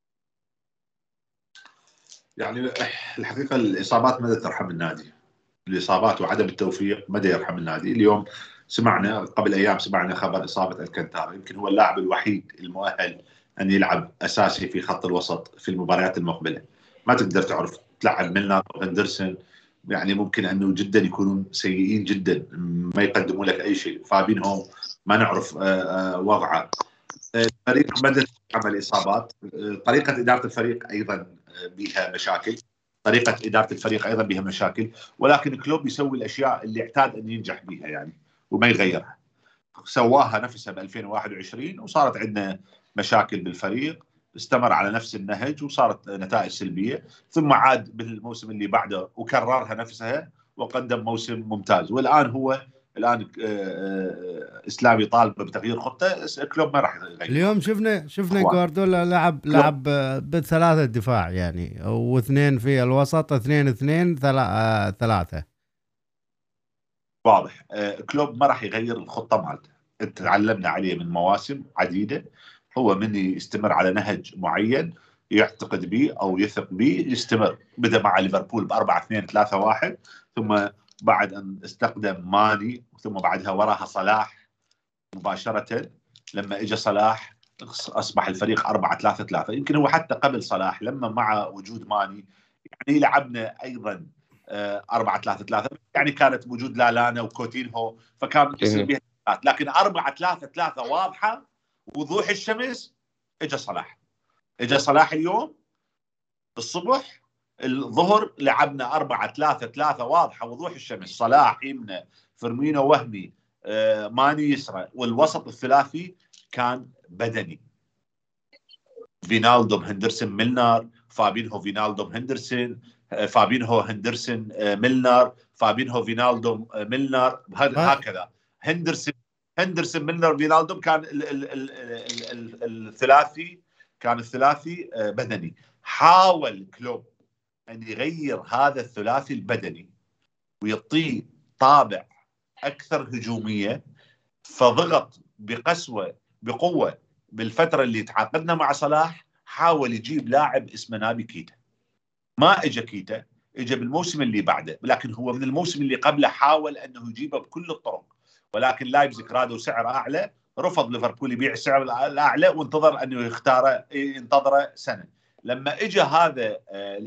يعني الحقيقه الاصابات مدى ترحم النادي، الاصابات وعدم التوفيق مدى يرحم النادي. اليوم سمعنا قبل ايام سمعنا خبر اصابه الكنتارا، يمكن هو اللاعب الوحيد المؤهل ان يلعب اساسي في خط الوسط في المباريات المقبله. ما تقدر تعرف تلعب ميلنر وهندرسون، يعني ممكن انه جدا يكونون سيئين جدا، ما يقدموا لك اي شيء. فابينهو ما نعرف وضعه. الفريق بدأ عمل اصابات، طريقه اداره الفريق ايضا بها مشاكل، طريقه اداره الفريق ايضا بها مشاكل، ولكن كلوب يسوي الاشياء اللي اعتاد ان ينجح بها يعني وما يغيرها. سواها نفسها ب ألفين وواحد وعشرين وصارت عندنا مشاكل بالفريق، استمر على نفس النهج وصارت نتائج سلبيه، ثم عاد بالموسم اللي بعده وكررها نفسها وقدم موسم ممتاز. والان هو الان اسلامي طالبه بتغيير خطه، كلوب ما راح يغير. اليوم شفنا شفنا جوارديولا لعب لعب بثلاثه دفاع يعني، واثنين في الوسط، اثنين اثنين ثلاثه. واضح كلوب ما راح يغير الخطه مالته، تعلمنا عليه من مواسم عديده. هو من يستمر على نهج معين يعتقد به او يثق به يستمر. بدا مع ليفربول ب أربعة اثنين ثلاثة واحد، ثم بعد ان استخدم ماني، ثم بعدها وراها صلاح مباشره. لما اجى صلاح اصبح الفريق أربعة ثلاثة ثلاثة. يمكن هو حتى قبل صلاح لما مع وجود ماني يعني لعبنا ايضا أربعة ثلاثة ثلاثة، يعني كانت وجود لالانا وكوتينهو فكان يصير بها، لكن أربعة ثلاثة ثلاثة واضحه وضوح الشمس. اجى صلاح اجى صلاح اليوم الصبح الظهر لعبنا أربعة ثلاثة ثلاثة واضحه وضوح الشمس، صلاح يمنى، فيرمينو وهمي، آه ماني يسرى، والوسط الثلاثي كان بدني. فينالدوم هندرسون ميلنر، فابينهو فينالدوم هندرسون، فابينهو هندرسون ميلنر، فابينهو فينالدوم ميلنر، هكذا. هندرسون هندرسون ميلنر فينالدوم كان ال ال ال ال ال الثلاثي كان الثلاثي بدني. حاول كلوب ان يغير هذا الثلاثي البدني ويعطيه طابع اكثر هجوميه، فضغط بقسوه بقوه بالفتره اللي تعاقدنا مع صلاح. حاول يجيب لاعب اسمه نابي كيتا، ما اجى كيتا، اجى بالموسم اللي بعده، لكن هو من الموسم اللي قبله حاول انه يجيبه بكل الطرق، ولكن لايبزيج رادوا سعر اعلى، رفض ليفربول يبيع السعر الاعلى وانتظر انه يختاره ينتظره سنه. لما اجى هذا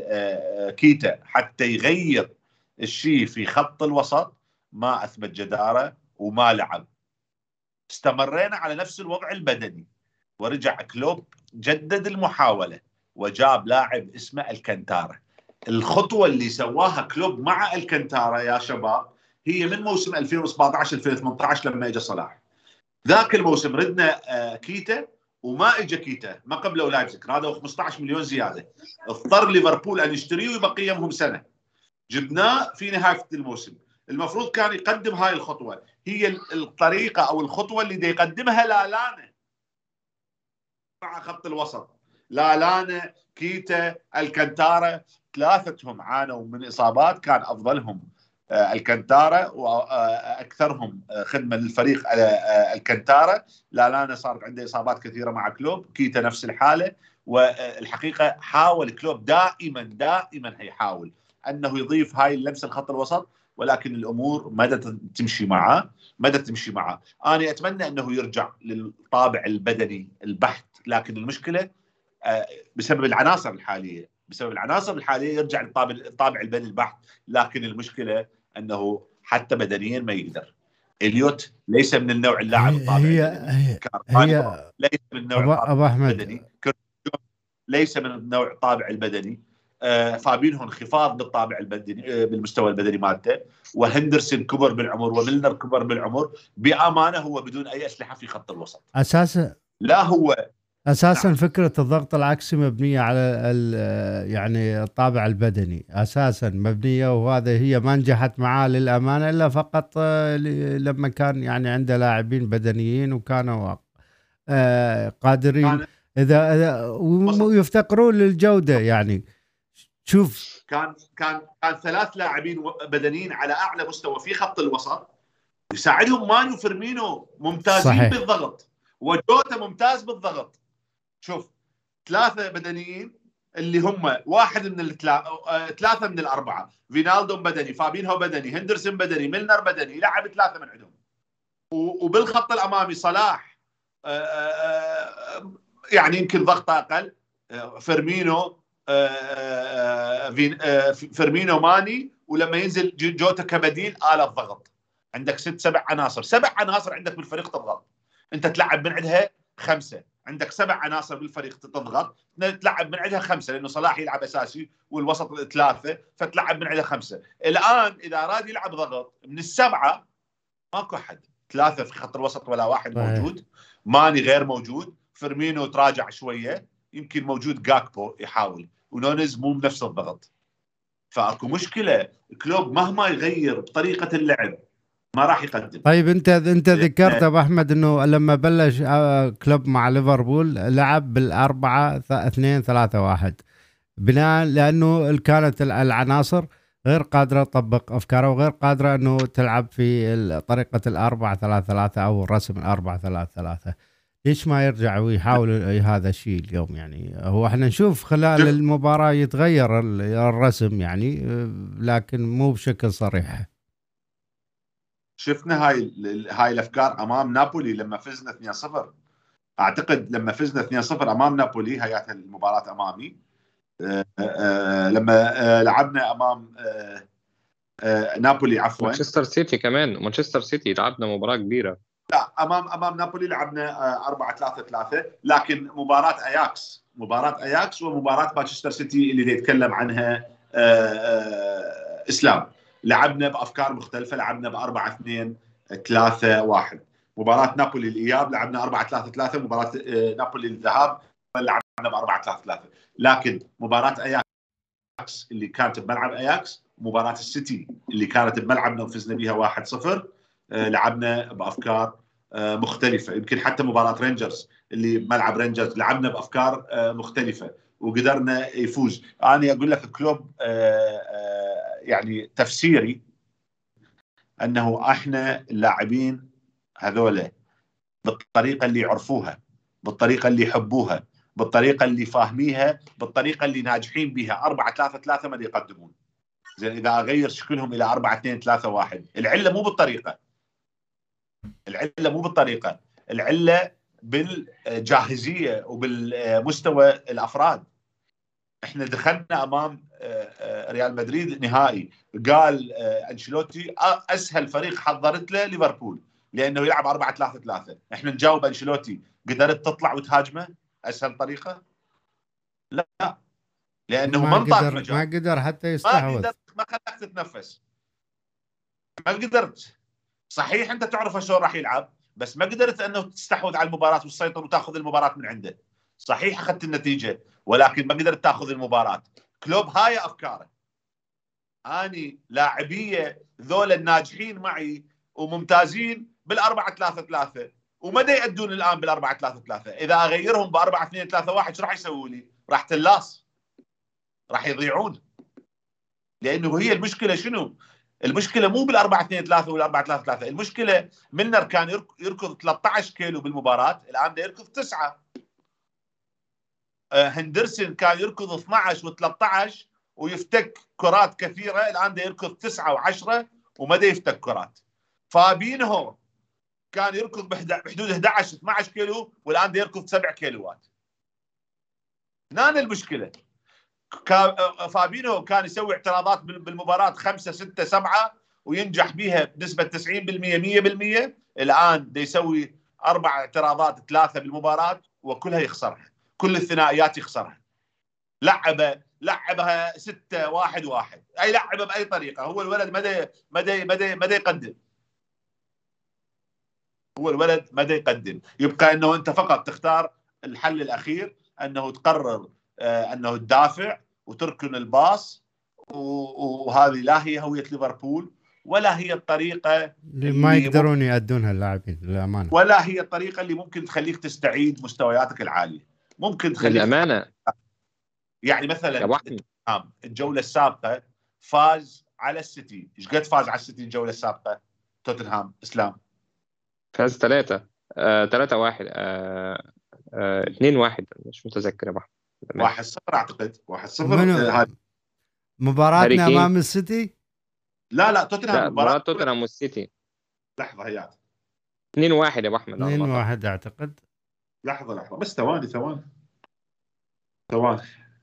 كيتا حتى يغير الشيء في خط الوسط ما اثبت جداره وما لعب. استمرينا على نفس الوضع البدني، ورجع كلوب جدد المحاولة وجاب لاعب اسمه الكنتارا. الخطوة اللي سواها كلوب مع الكنتارا يا شباب هي من موسم ألفين وسبعطعش ألفين وثمانطعش لما اجى صلاح. ذاك الموسم ردنا كيتا وما اجى كيتا، ما قبله لايبزيج هذا خمسطعش مليون زيادة، اضطر ليفربول ان يشتريه ويبقي يمهم سنة. جبناه في نهاية الموسم، المفروض كان يقدم هاي الخطوة، هي الطريقة أو الخطوة اللي دي يقدمها لالانا مع خط الوسط. لالانا، كيتا، الكنتارا، ثلاثتهم عانوا من اصابات، كان افضلهم الكنتارا واكثرهم خدمه للفريق الكنتارا. لالانا صارت عنده اصابات كثيره مع كلوب، كيتا نفس الحاله. والحقيقه حاول كلوب دائما دائما يحاول انه يضيف هاي اللمسه الخط الوسط، ولكن الامور ما تمشي معه ما تمشي معه. انا اتمنى انه يرجع للطابع البدني البحت، لكن المشكله بسبب العناصر الحاليه بسبب العناصر الحاليه يرجع للطابع الطابع البدني البحت، لكن المشكله انه حتى بدنيا ما يقدر. اليوت ليس من النوع اللاعب الطابع هي البدني، هي, هي ليس من النوع أبو, الطابع أبو أحمد البدني، ليس من النوع الطابع البدني. آه فابينهو انخفاض بالطابع البدني، آه بالمستوى البدني مالته، وهندرسون كبر بالعمر، وميلنر كبر بالعمر. بامانه هو بدون اي اسلحه في خط الوسط اساسا. لا هو اساسا نعم. فكره الضغط العكسي مبنيه على يعني الطابع البدني، اساسا مبنيه، وهذا هي ما نجحت معاه للامانه الا فقط لما كان يعني عنده لاعبين بدنيين وكانوا قادرين اذا, إذا ويفتقرون للجوده. يعني شوف كان كان كان ثلاث لاعبين بدنيين على اعلى مستوى في خط الوسط يساعدهم. مانو وفيرمينو ممتازين صحيح. بالضغط، وجوتا ممتاز بالضغط. شوف ثلاثه بدنيين اللي هم واحد من الثلاثه، ثلاثه من الاربعه، فينالدو بدني، فابينهو بدني، هندرسون بدني، ميلنر بدني، يلعب ثلاثه من عندهم. وبالخط الامامي صلاح يعني يمكن ضغط اقل، فيرمينو فيرمينو ماني، ولما ينزل جوتا كبديل آلة ضغط. عندك ست سبع عناصر سبع عناصر عندك بالفريق تضغط. انت تلعب من عندها خمسه، عندك سبع عناصر بالفريق تضغط، تلعب من عندها خمسه، لانه صلاح يلعب اساسي والوسط ثلاثه، فتلعب من عندها خمسه. الان اذا اراد يلعب ضغط من السبعه ماكو احد، ثلاثه في خط الوسط ولا واحد طيب. موجود، ماني غير موجود، فيرمينو تراجع شويه، يمكن موجود جاكبو يحاول، ونونز مو بنفس الضغط. فاكو مشكله، كلوب مهما يغير بطريقه اللعب ما راح يقدم. طيب انت انت ذكرت ابو احمد انه لما بلش كلوب مع ليفربول لعب بالاربعه اثنين ثلاثة واحد، بناء لانه كانت العناصر غير قادره تطبق افكاره، وغير قادره انه تلعب في طريقه الاربعه ثلاثة ثلاثة او رسم الاربعه ثلاثة ثلاثة. ليش ما يرجع ويحاول هذا الشيء اليوم؟ يعني هو احنا نشوف خلال المباراه يتغير الرسم يعني، لكن مو بشكل صريح. شفنا هاي هاي الافكار امام نابولي لما فزنا اثنين صفر. اعتقد لما فزنا اثنين صفر امام نابولي، هاي المباراه امامي، آآ آآ لما آآ لعبنا امام آآ آآ نابولي عفوا مانشستر سيتي كمان مانشستر سيتي لعبنا مباراه كبيره. لا امام امام نابولي لعبنا أربعة ثلاثة ثلاثة، لكن مباراه اياكس مباراه اياكس ومباراه مانشستر سيتي اللي يتكلم عنها آآ اسلام لعبنا بافكار مختلفه، لعبنا ب أربعة اثنين ثلاثة واحد. مباراه نابولي الاياب لعبنا أربعة ثلاثة ثلاثة، مباراه نابولي الذهاب لعبنا ب أربعة ثلاثة ثلاثة. لكن مباراه اياكس اللي كانت بملعب اياكس، مباراه السيتي اللي كانت بملعبنا وفزنا بها واحد صفر، لعبنا بافكار مختلفه. يمكن حتى مباراه رينجرز اللي بملعب رينجرز لعبنا بافكار مختلفه وقدرنا يفوز. انا اقول لك كلوب يعني تفسيري انه احنا اللاعبين هذولا بالطريقه اللي يعرفوها، بالطريقه اللي يحبوها، بالطريقه اللي فاهميها، بالطريقه اللي ناجحين بها أربعة ثلاثة ثلاثة ما يقدمون. زين اذا اغير شكلهم الى أربعة اثنين ثلاثة واحد، العله مو بالطريقه العله مو بالطريقه العله بالجاهزيه وبالمستوى الافراد. احنا دخلنا امام ريال مدريد نهائي، قال انشيلوتي اسهل فريق حضرت له ليفربول لانه يلعب أربعة ثلاثة ثلاثة. احنا نجاوب انشيلوتي، قدرت تطلع وتهاجمه اسهل طريقه؟ لا، لانه ما منطق قدر مجال. ما قدر حتى يستحوذ، ما قدرت، ما خلاك تتنفس، ما قدرت. صحيح انت تعرف شلون راح يلعب، بس ما قدرت انه تستحوذ على المباراه وتسيطر وتاخذ المباراه من عنده. صحيح اخذت النتيجه، ولكن ما قدرت تاخذ المباراه. كلوب هاي افكاره. اني لاعبيه ذول الناجحين معي وممتازين بالأربعة ثلاثة ثلاثة، وما دا يأدون الان بالأربعة ثلاثة ثلاثة. اذا اغيرهم بأربعة اثنين ثلاثة واحد شو راح يسووا لي؟ راح تلاص، راح يضيعون. لانه هي المشكله شنو؟ المشكله مو بالأربعة اثنين ثلاثة ولا أربعة ثلاثة ثلاثة، المشكله منر كان يركض ثلاثة عشر كيلو بالمباراه، الان دا يركض تسعة. هندرسون كان يركض اثني عشر وثلاثة عشر ويفتك كرات كثيره، الان دا يركض تسعة وعشرة وما دا يفتك كرات. فابينهو كان يركض بحدود أحد عشر اثني عشر كيلو والان دا يركض سبع كيلوات. هنا المشكله. فابينو كان يسوي اعتراضات بالمباراه خمسة ستة سبعة وينجح بها بنسبه تسعين بالمئة مئة بالمئة، الان دا يسوي اربع اعتراضات ثلاثه بالمباراه وكلها يخسرها، كل الثنائيات يخسرها. لعبه لعبها ستة واحد واحد، اي لعبه باي طريقه. هو الولد مدى مدى مدى مدى يقدم، هو الولد مدى يقدم. يبقى انه انت فقط تختار الحل الاخير، انه تقرر آه انه تدافع وتركن الباص، وهذه لا هي هويه ليفربول ولا هي الطريقه اللي ما يقدرون يأدونها اللاعبين للامانه، ولا هي الطريقه اللي ممكن تخليك تستعيد مستوياتك العاليه. ممكن تخليك للامانه يعني مثلا الجوله السابقه فاز على السيتي، ايش قد فاز على السيتي الجوله السابقه توتنهام اسلام؟ فاز ثلاثة آه، ثلاثة واحد آه، آه، اثنين واحد مش متذكر يا ابو احمد. واحد صفر اعتقد، واحد صفر مباراتنا امام السيتي. لا لا توتنهام، مباراة توتنهام والسيتي. لحظه هي اثنين واحد يا ابو احمد. اثنين واحد اعتقد. لحظه لحظه بس ثواني ثواني ثواني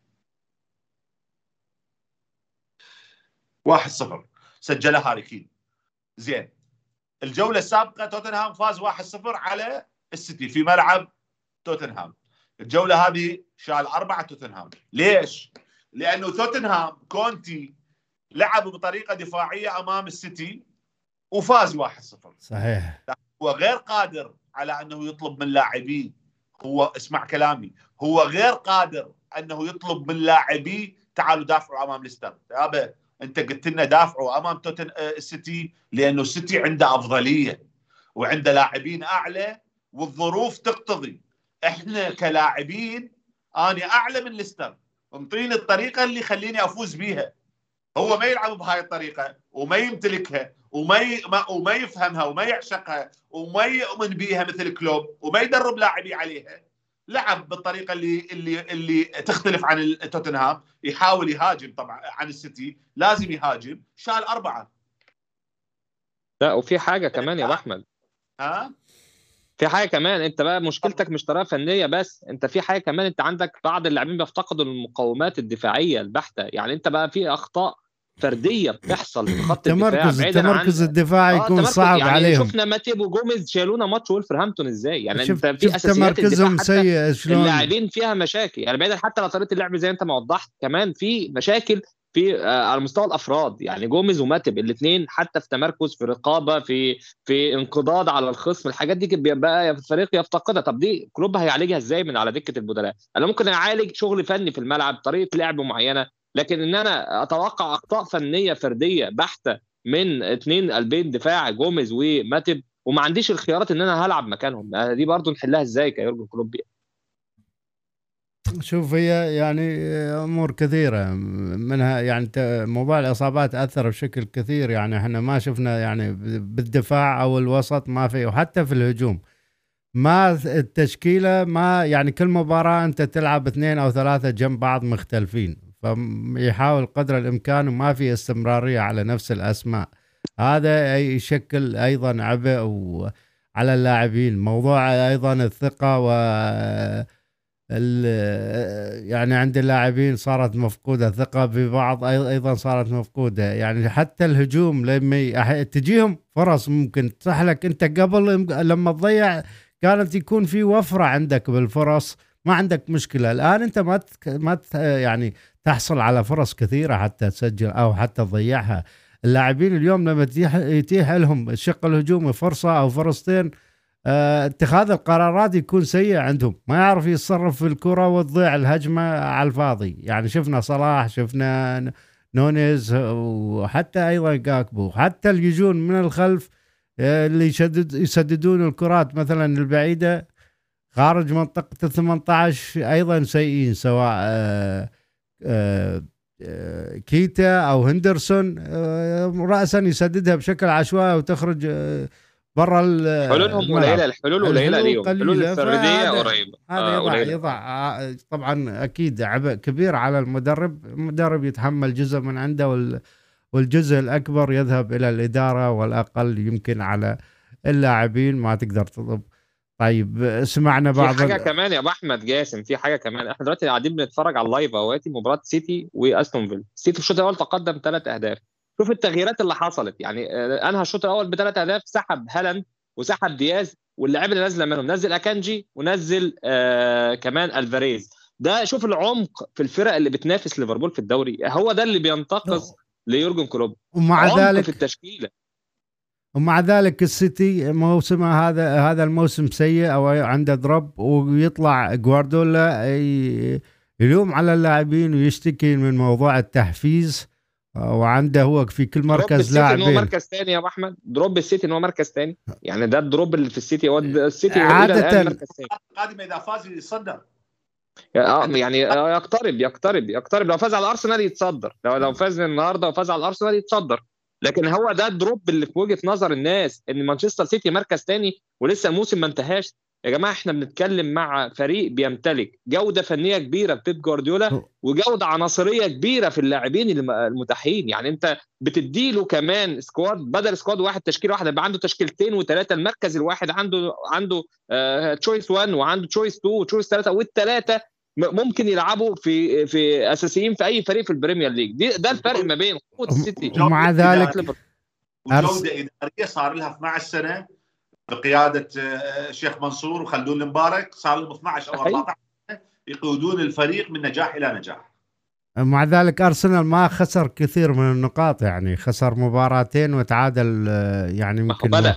واحد صفر سجلها هاري كين. زين، الجوله السابقه توتنهام فاز واحد صفر على السيتي في ملعب توتنهام. الجوله هذه شال أربعة توتنهام. ليش؟ لانه توتنهام كونتي لعب بطريقه دفاعيه امام السيتي وفاز واحد صفر. صحيح. هو غير قادر على انه يطلب من لاعبيه، هو اسمع كلامي، هو غير قادر انه يطلب من لاعبيه تعالوا دافعوا امام ليستر. يابا انت قلت لنا دافعوا امام توتن السيتي لانه السيتي عنده افضليه وعنده لاعبين اعلى والظروف تقتضي. احنا كلاعبين انا اعلى من ليستر، انطيني الطريقه اللي خليني افوز بيها. هو ما يلعب بهاي الطريقه وما يمتلكها وما ي... ما... وما يفهمها وما يعشقها وما يؤمن بيها مثل كلوب وما يدرب لاعبي عليها. لعب بالطريقه اللي اللي اللي تختلف عن توتنهام، يحاول يهاجم طبعا عن السيتي، لازم يهاجم، شال اربعه. لا وفي حاجه كمان يا ابو احمد، ها في حاجه كمان، انت بقى مشكلتك مش طريقه فنيه بس، انت في حاجه كمان، انت عندك بعض اللاعبين بيفتقدوا المقومات الدفاعيه البحته. يعني انت بقى في اخطاء فرديه بتحصل في خط الدفاع تمركز بعيدا عن التمركز الدفاعي يكون آه صعب يعني عليهم. شفنا ماتيب وجوميز شالونا ماتش ولفرهامبتون ازاي. يعني شفت انت في اساسيات تمركزهم سيء شلون اللاعبين فيها مشاكل. يعني بعيدا حتى لو طريقه اللعب زي انت ما وضحت، كمان في مشاكل في آه على مستوى الافراد. يعني جوميز وماتب الاثنين حتى في تمركز، في رقابه، في في انقضاض على الخصم، الحاجات دي بيبقى الفريق يفتقدها. طب دي كلوب هيعالجها ازاي من على دكه البدلاء؟ انا ممكن اعالج شغل فني في الملعب، طريقه لعب معينه، لكن ان انا اتوقع اخطاء فنيه فرديه بحته من اثنين قلبين دفاع جوميز وماتب وما عنديش الخيارات ان انا هلعب مكانهم، دي برضو نحلها ازاي كيورجن كلوب؟ شوف هي يعني امور كثيره منها، يعني موضوع الاصابات اثر بشكل كثير. يعني احنا ما شفنا يعني بالدفاع او الوسط ما في، وحتى في الهجوم ما التشكيله ما يعني كل مباراه انت تلعب اثنين او ثلاثه جنب بعض مختلفين، فيحاول قدر الامكان وما في استمراريه على نفس الاسماء. هذا يشكل ايضا عبء على اللاعبين. موضوع ايضا الثقه و يعني عند اللاعبين صارت مفقودة الثقة ببعض، أيضا صارت مفقودة. يعني حتى الهجوم لما تجيهم فرص ممكن تحلك أنت قبل لما تضيع كانت يكون في وفرة عندك بالفرص، ما عندك مشكلة. الآن أنت ما ما يعني تحصل على فرص كثيرة حتى تسجل أو حتى تضيعها. اللاعبين اليوم لما يتيح لهم الشق الهجومي فرصة أو فرصتين، اه اتخاذ القرارات يكون سيء عندهم، ما يعرف يتصرف في الكرة وتضيع الهجمة على الفاضي. يعني شفنا صلاح، شفنا نونيز، وحتى أيضا جاكبو، حتى اللي يجون من الخلف اللي يسدد يسددون الكرات مثلا البعيدة خارج منطقة ال ثمانية عشر أيضا سيئين، سواء آآ آآ كيتا أو هندرسون رأسا يسددها بشكل عشوائي وتخرج برا. حلولهم قليلة، الحلول قليلة ليهم، حلول الفردية قريبة. هذا يضع يضع طبعا أكيد عبء كبير على المدرب. المدرب يتحمل جزء من عنده والجزء الأكبر يذهب إلى الإدارة، والأقل يمكن على اللاعبين ما تقدر تضرب. طيب سمعنا بعض في حاجه كمان يا ابو احمد جاسم، في حاجه كمان. احنا دلوقتي قاعدين بنتفرج على اللايف اهواتي مباراه سيتي واستون فيلا. سيتي في الشوط الاول تقدم ثلاث اهداف. شوف التغييرات اللي حصلت، يعني انهى الشوط الاول بثلاث اهداف، سحب هالاند وسحب دياز، واللاعب اللي نازله منهم نزل اكانجي ونزل آه كمان الفاريز. ده شوف العمق في الفرق اللي بتنافس ليفربول في الدوري، هو ده اللي بينتقص ليورجن كلوب، ومع ذلك في التشكيله. ومع ذلك السيتي موسمه هذا هذا الموسم سيء او عنده ضرب، ويطلع جوارديولا يلوم على اللاعبين ويشتكي من موضوع التحفيز، وعنده هو في كل مركز لاعبين. دروب السيتي ان هو مركز ثاني يا ابو احمد، دروب السيتي ان هو مركز ثاني، يعني ده الدروب اللي في السيتي. هو السيتي عادة الى الان مركز ثاني. القادمه اذا فاز يتصدر، يعني يقترب يقترب يقترب لو فاز على الارسنال يتصدر، لو لو فاز النهارده وفاز على الارسنال يتصدر. لكن هو ده الدروب اللي في وجهه نظر الناس، ان مانشستر سيتي مركز ثاني ولسه الموسم ما انتهاش. يا جماعه احنا بنتكلم مع فريق بيمتلك جوده فنيه كبيره بيب جوارديولا، وجوده عناصريه كبيره في اللاعبين المتاحين. يعني انت بتديله كمان سكواد، بدل سكواد واحد تشكيل واحد يبقى عنده تشكيلتين وثلاثه. المركز الواحد عنده عنده تشويس واحد وعنده تشويس اثنين وتشويس ثلاثة، والثلاثه ممكن يلعبوا في في اساسيين في اي فريق في البريمير ليج. دي ده الفرق ما بين قوه السيتي ومع ذلك وجوده اداريه صار لها اثني عشر سنه بقياده الشيخ منصور وخلدون المبارك، صار لهم اثني عشر او أربعة عشر سنه يقودون الفريق من نجاح الى نجاح. مع ذلك ارسنال ما خسر كثير من النقاط، يعني خسر مباراتين وتعادل، يعني يمكن بدأ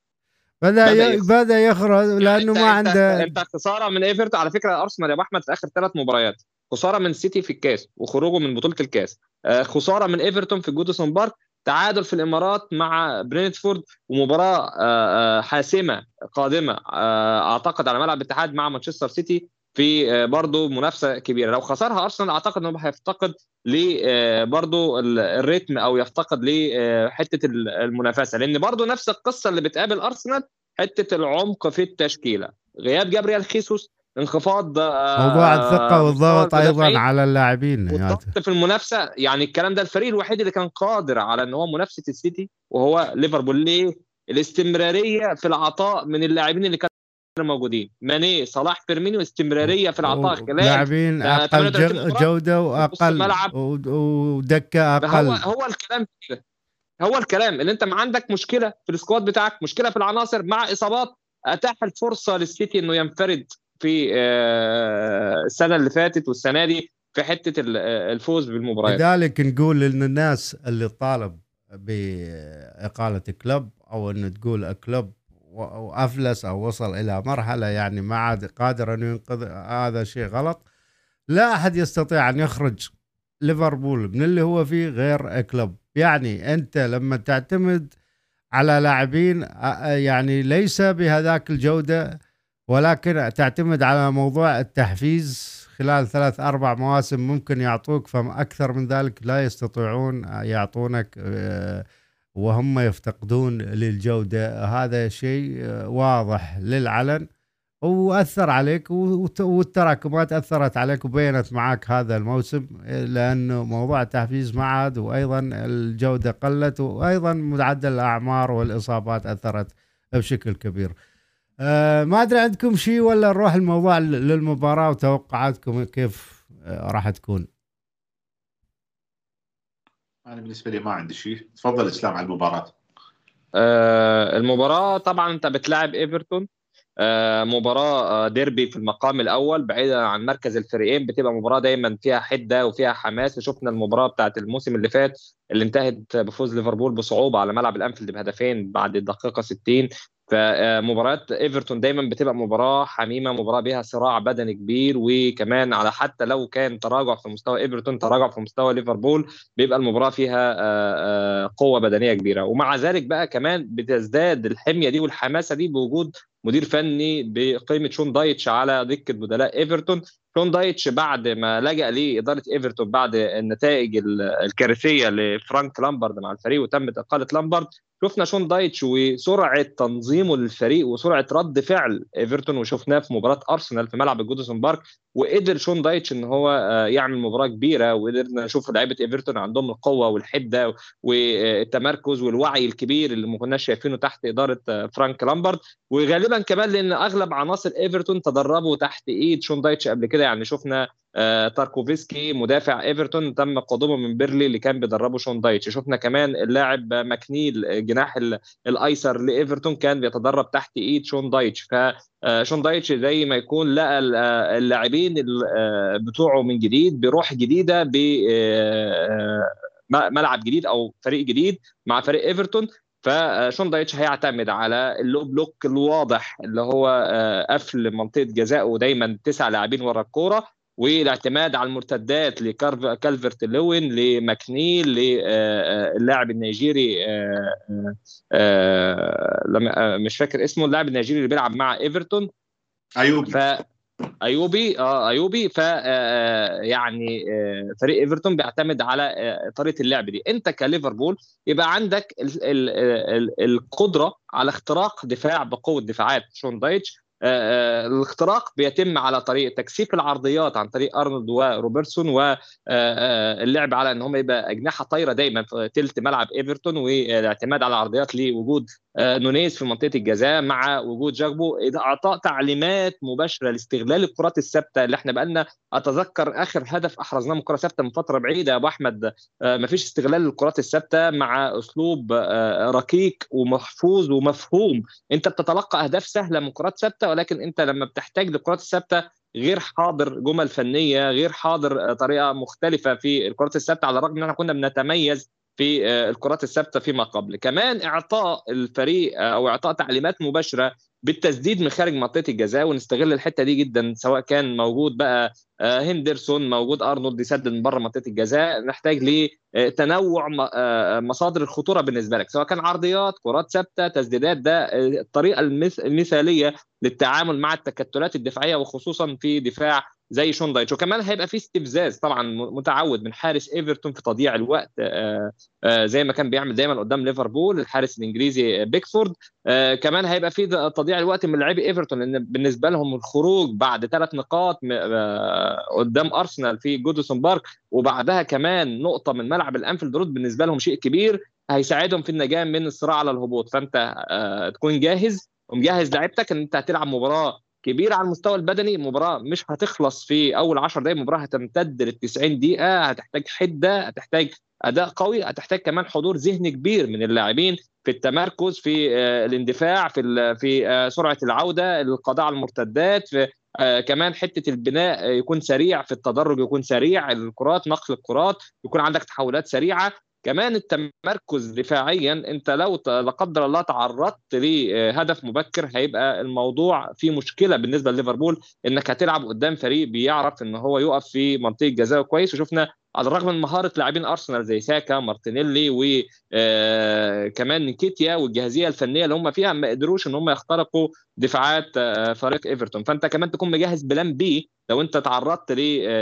بدا بدا يخرج لانه يعني ما عنده. انت خساره من ايفرتون على فكره. ارسنال يا ابو احمد في اخر ثلاث مباريات، خساره من سيتي في الكاس وخروجه من بطوله الكاس، خساره من ايفرتون في جودسون بارك، تعادل في الامارات مع برينتفورد، ومباراه حاسمه قادمه اعتقد على ملعب الاتحاد مع مانشستر سيتي في برضه منافسه كبيره. لو خسرها ارسنال اعتقد انه هيفتقد ل برضه الريتم او يفتقد لحته المنافسه، لان برضه نفس القصه اللي بتقابل ارسنال، حته العمق في التشكيله، غياب جابرييل خيسوس، انخفاض موضوع الثقه والضغط ايضا على اللاعبين والضغط في المنافسه. يعني الكلام ده الفريق الوحيد اللي كان قادر على ان هو منافسه السيتي وهو ليفربول. ليه؟ الاستمراريه في العطاء من اللاعبين اللي كانوا موجودين، ماني صلاح فيرمينيو، استمراريه في العطاء خلال لاعبين اقل جوده واقل ودكه اقل. هو هو الكلام كده، هو الكلام اللي انت ما عندك مشكله في السكواد بتاعك، مشكله في العناصر مع اصابات، اتاح الفرصه للسيتي انه ينفرد في السنه اللي فاتت والسنه دي في حته الفوز بالمباريات. لذلك نقول ان الناس اللي طالب باقاله كلوب او انه تقول كلوب وافلس او وصل الى مرحله يعني ما عاد قادر انه ينقذ، هذا شيء غلط. لا احد يستطيع ان يخرج ليفربول من اللي هو فيه غير كلوب. يعني انت لما تعتمد على لاعبين يعني ليس بهذاك الجوده، ولكن تعتمد على موضوع التحفيز خلال ثلاث أربع مواسم ممكن يعطوك، فما أكثر من ذلك لا يستطيعون يعطونك، وهم يفتقدون للجودة. هذا شيء واضح للعلن وأثر عليك، والتراكمات أثرت عليك وبينت معك هذا الموسم، لأنه موضوع التحفيز ما عاد، وأيضا الجودة قلت، وأيضا معدل الأعمار والإصابات أثرت بشكل كبير. أه ما أدري عندكم شيء ولا نروح الموضوع للمباراة وتوقعاتكم كيف أه راح تكون؟ أنا بالنسبة لي ما عندي شيء. تفضل إسلام على المباراة. أه المباراة طبعا أنت بتلاعب إيفرتون، أه مباراة ديربي في المقام الأول بعيدا عن مركز الفريقين، بتبقى مباراة دايما فيها حدة وفيها حماس. وشفنا المباراة بتاعت الموسم اللي فات اللي انتهت بفوز ليفربول بصعوبة على ملعب الأنفيلد بهدفين بعد الدقيقة ستين. فمباريات ايفرتون دايما بتبقى مباراه حميمه، مباراه بها صراع بدني كبير، وكمان على حتى لو كان تراجع في مستوى ايفرتون تراجع في مستوى ليفربول بيبقى المباراه فيها قوه بدنيه كبيره. ومع ذلك بقى كمان بتزداد الحميه دي والحماسه دي بوجود مدير فني بقيمه شون دايتش على دكه بدلاء ايفرتون. شون دايتش بعد ما لجأ لإدارة إيفرتون بعد النتائج الكارثية لفرانك لامبارد مع الفريق وتمت إقالة لامبارد، شفنا شون دايتش وسرعه تنظيمه للفريق وسرعه رد فعل ايفرتون، وشفناه في مباراه ارسنال في ملعب الجودسون بارك. وقدر شون دايتش ان هو يعمل مباراه كبيره، وقدرنا نشوف لعيبه ايفرتون عندهم القوه والحده والتمركز والوعي الكبير اللي ما كناش شايفينه تحت اداره فرانك لامبارد. وغالبا كمان لان اغلب عناصر ايفرتون تدربوا تحت ايد شون دايتش قبل كده، يعني شفنا آه، تاركوفسكي مدافع ايفرتون تم قدومه من بيرلي اللي كان بيدربه شون دايتش. شفنا كمان اللاعب ماكنيل جناح الايسر لايفرتون كان بيتدرب تحت ايد شون دايتش. فشون دايتش زي ما يكون لقى اللاعبين بتوعه من جديد بروح جديده بملعب جديد او فريق جديد مع فريق ايفرتون. فشون دايتش هيعتمد على اللو بلوك الواضح اللي هو قفل منطقه جزائه دايما تسع لاعبين ورا الكوره، والاعتماد على المرتدات لكالفرت لوين لماكنيل للاعب النيجيري مش فاكر اسمه، اللاعب النيجيري اللي بيلعب مع ايفرتون ايوبي ف ايوبي اه ايوبي ف يعني فريق ايفرتون بيعتمد على طريقه اللعب دي. انت كليفربول يبقى عندك ال ال ال القدره على اختراق دفاع بقوه دفاعات شون دايتش. الاختراق بيتم على طريق تكثيف العرضيات عن طريق ارنولد وروبرتسون، واللعب على ان هم يبقى اجنحه طايره دايما في ثلث ملعب ايفرتون، والاعتماد على العرضيات لوجود نونيز في منطقه الجزاء مع وجود جاكبو، اعطاء تعليمات مباشره لاستغلال الكرات الثابته اللي احنا بقالنا اتذكر اخر هدف احرزناه من كره ثابته من فتره بعيده يا ابو احمد. ما فيش استغلال للكرات الثابته مع اسلوب ركيك ومحفوظ ومفهوم. انت بتتلقى اهداف سهله من كرات ثابته، ولكن انت لما بتحتاج للكرات الثابته غير حاضر جمل فنيه، غير حاضر طريقه مختلفه في الكرات الثابته، على الرغم ان احنا كنا بنتميز في الكرات الثابته فيما قبل. كمان اعطاء الفريق او اعطاء تعليمات مباشره بالتسديد من خارج منطقه الجزاء، ونستغل الحته دي جدا سواء كان موجود بقى هندرسون موجود ارنولد يسدد من بره منطقه الجزاء. نحتاج لتنوع مصادر الخطوره بالنسبه لك سواء كان عرضيات كرات ثابته تسديدات، ده الطريقه المثاليه للتعامل مع التكتلات الدفاعيه وخصوصا في دفاع زي شون دايتش. وكمان هيبقى في استفزاز طبعا متعود من حارس ايفرتون في تضييع الوقت آآ آآ زي ما كان بيعمل دايما قدام ليفربول الحارس الانجليزي بيكفورد. كمان هيبقى في تضييع الوقت من لاعبي ايفرتون، لان بالنسبه لهم الخروج بعد ثلاث نقاط قدام ارسنال في جودسون بارك وبعدها كمان نقطه من ملعب الانفيلد رود بالنسبه لهم شيء كبير هيساعدهم في النجاه من الصراع على الهبوط. فانت تكون جاهز ومجهز لعيبتك ان انت هتلعب مباراه كبيره على المستوى البدني، مباراه مش هتخلص في اول عشر دقائق، مباراه هتمتد لل تسعين دقيقه، هتحتاج حده، هتحتاج اداء قوي، هتحتاج كمان حضور ذهني كبير من اللاعبين في التمركز في الاندفاع في في سرعه العوده القضاء على المرتدات، في كمان حته البناء يكون سريع في التدرج، يكون سريع الكرات نقل الكرات، يكون عندك تحولات سريعه. كمان التمركز دفاعيا، انت لو لا قدر الله تعرضت لهدف مبكر هيبقى الموضوع فيه مشكله بالنسبه لليفربول، انك هتلعب قدام فريق بيعرف ان هو يقف في منطقه جزاء كويس. وشفنا على الرغم من مهاره لاعبين ارسنال زي ساكا مارتينيلي وكمان نيكيتيا والجاهزيه الفنيه اللي هم فيها، ما قدروش ان هم يخترقوا دفاعات فريق ايفرتون. فانت كمان تكون مجهز بلان بي لو انت تعرضت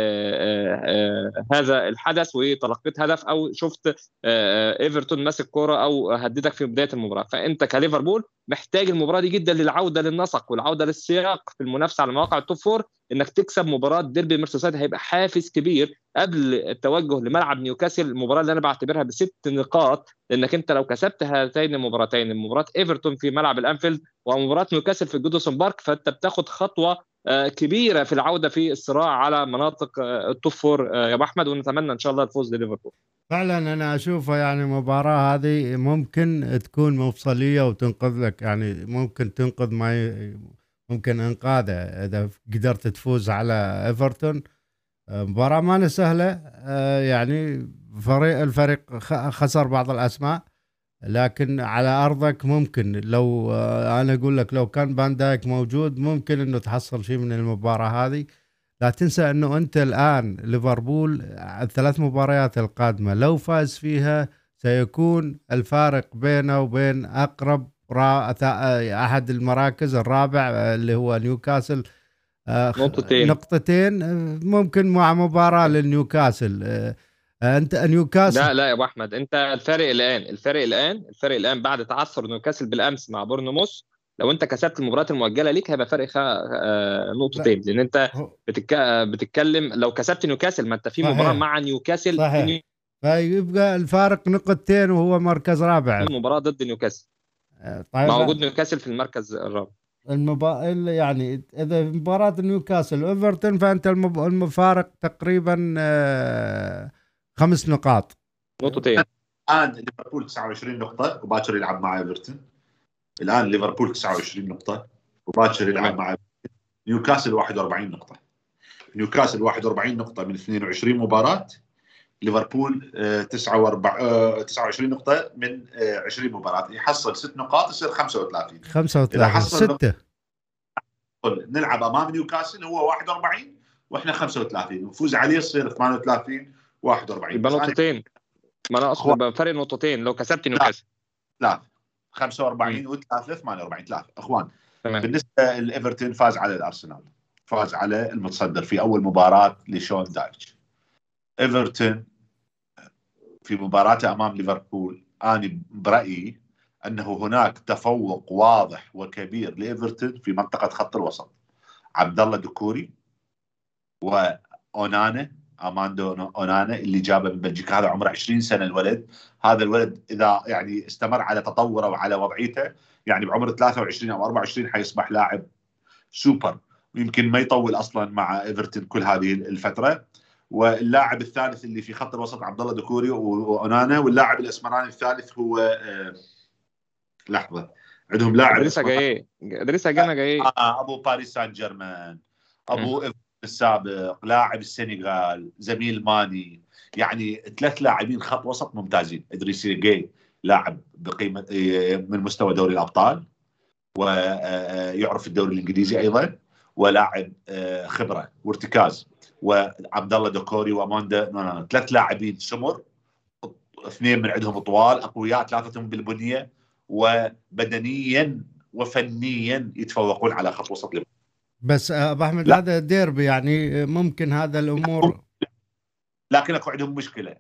لهذا الحدث وتلقيت هدف او شفت ايفرتون ماسك كوره او هددك في بدايه المباراه. فانت كليفربول محتاج المباراه دي جدا للعوده للنسق والعوده للسياق في المنافسه على مواقع التوب فور، انك تكسب مباراه ديربي ميرسيسايد هيبقى حافز كبير قبل التوجه لملعب نيوكاسل، المباراه اللي انا بعتبرها بست نقاط، لانك انت لو كسبت هاتين المباراتين، مباراه ايفرتون في ملعب الانفيلد ومباراه نيوكاسل في جودسون بارك، فانت بتاخد خطوه كبيره في العوده في الصراع على مناطق التوب فور يا ابو احمد، ونتمنى ان شاء الله الفوز لليفربول. فعلا انا اشوفها يعني المباراه هذه ممكن تكون مفصليه وتنقذ لك، يعني ممكن تنقذ ما ممكن انقاذه اذا قدرت تفوز على ايفرتون. مباراه ما سهله، يعني فريق الفريق خسر بعض الاسماء لكن على ارضك ممكن لو آه، انا اقول لك لو كان فان دايك موجود ممكن انه تحصل شيء من المباراه هذه. لا تنسى انه انت الان ليفربول الثلاث مباريات القادمه لو فاز فيها سيكون الفارق بينه وبين اقرب را... احد المراكز الرابع اللي هو نيوكاسل آه، نقطتين نقطتين. آه، ممكن مع مباراه للنيوكاسل. آه، انت نيوكاسل لا لا يا ابو احمد، انت الفارق الان الفارق الان الفارق الان بعد تعثر نيوكاسل بالامس مع بورنموث، لو انت كسبت المباريات المؤجله ليك هيبقى فرق خ... آه، لا نقطتين، لان انت هو- بتك... بتتكلم لو كسبت نيوكاسل، ما انت في مباراه صحيح مع نيوكاسل في صحيح. نيو... فيبقى الفارق نقطتين وهو مركز رابع. مباراه ضد نيوكاسل، آه، مع طيب. وجود نيوكاسل في المركز الرابع. المبا... يعني اذا مباراة نيوكاسل وايفرتون فانت المب... المفارق تقريبا آه، خمس نقاط. نقطتين. الان ليفربول تسعة وعشرين نقطه وباكر يلعب مع ايفرتون. الان ليفربول تسعة وعشرين نقطه وباكر يلعب تمام. مع نيوكاسل واحد وأربعين نقطه. نيوكاسل واحد وأربعين نقطه من اثنين وعشرين مباراه. ليفربول آه، تسعة وعشرين نقطه من آه، عشرين مباراه. يحصل ست نقاط يصير خمسة وثلاثين. خمسة اذا وثلاثين حصل ستة. نلعب امام نيوكاسل هو واحد وأربعين واحنا خمسة وثلاثين، ونفوز عليه يصير ثمانية وثلاثين واحد وأربعين. يبقى بس انا نقطتين، ما انا اقصد يبقى فرق نقطتين لو كسبت نيوكاسل. ثلاث خمسة وأربعين مم. و3 ثمانية وأربعين ثلاث اخوان. تمام. بالنسبه لايفرتون فاز على الارسنال، فاز على المتصدر في اول مباراه لشون دايتش. ايفرتون في مباراته امام ليفربول انا برايي انه هناك تفوق واضح وكبير لايفرتون في منطقه خط الوسط. عبد الله دكوري واونانا، اماندو اونانا اللي جابه من بلجيكا، هذا عمره عشرين سنه الولد. هذا الولد اذا يعني استمر على تطوره وعلى وضعيته يعني بعمر ثلاثة وعشرين او أربعة وعشرين حيصبح لاعب سوبر، ويمكن ما يطول اصلا مع ايفرتون كل هذه الفتره. واللاعب الثالث اللي في خط الوسط عبد الله دكوري واونانا، واللاعب الاسمراني الثالث هو آه لحظه عندهم لاعب ادريسا جاي ادريسا جانا جاي آه ابو باريس سان جيرمان، ابو السابق، لاعب السنغال، زميل ماني. يعني ثلاث لاعبين خط وسط ممتازين. ادريسي جاي لاعب بقيمه من مستوى دوري الابطال ويعرف الدوري الانجليزي ايضا، ولاعب خبره وارتكاز. وعبد الله دكوري واماندا، ثلاث لاعبين سمر، اثنين من عندهم طوال اقوياء، ثلاثتهم بالبنيه وبدنيا وفنيا يتفوقون على خط وسط ليفربول. بس ابو احمد هذا ديربي يعني ممكن هذا الامور، لكن اكو عندهم مشكله.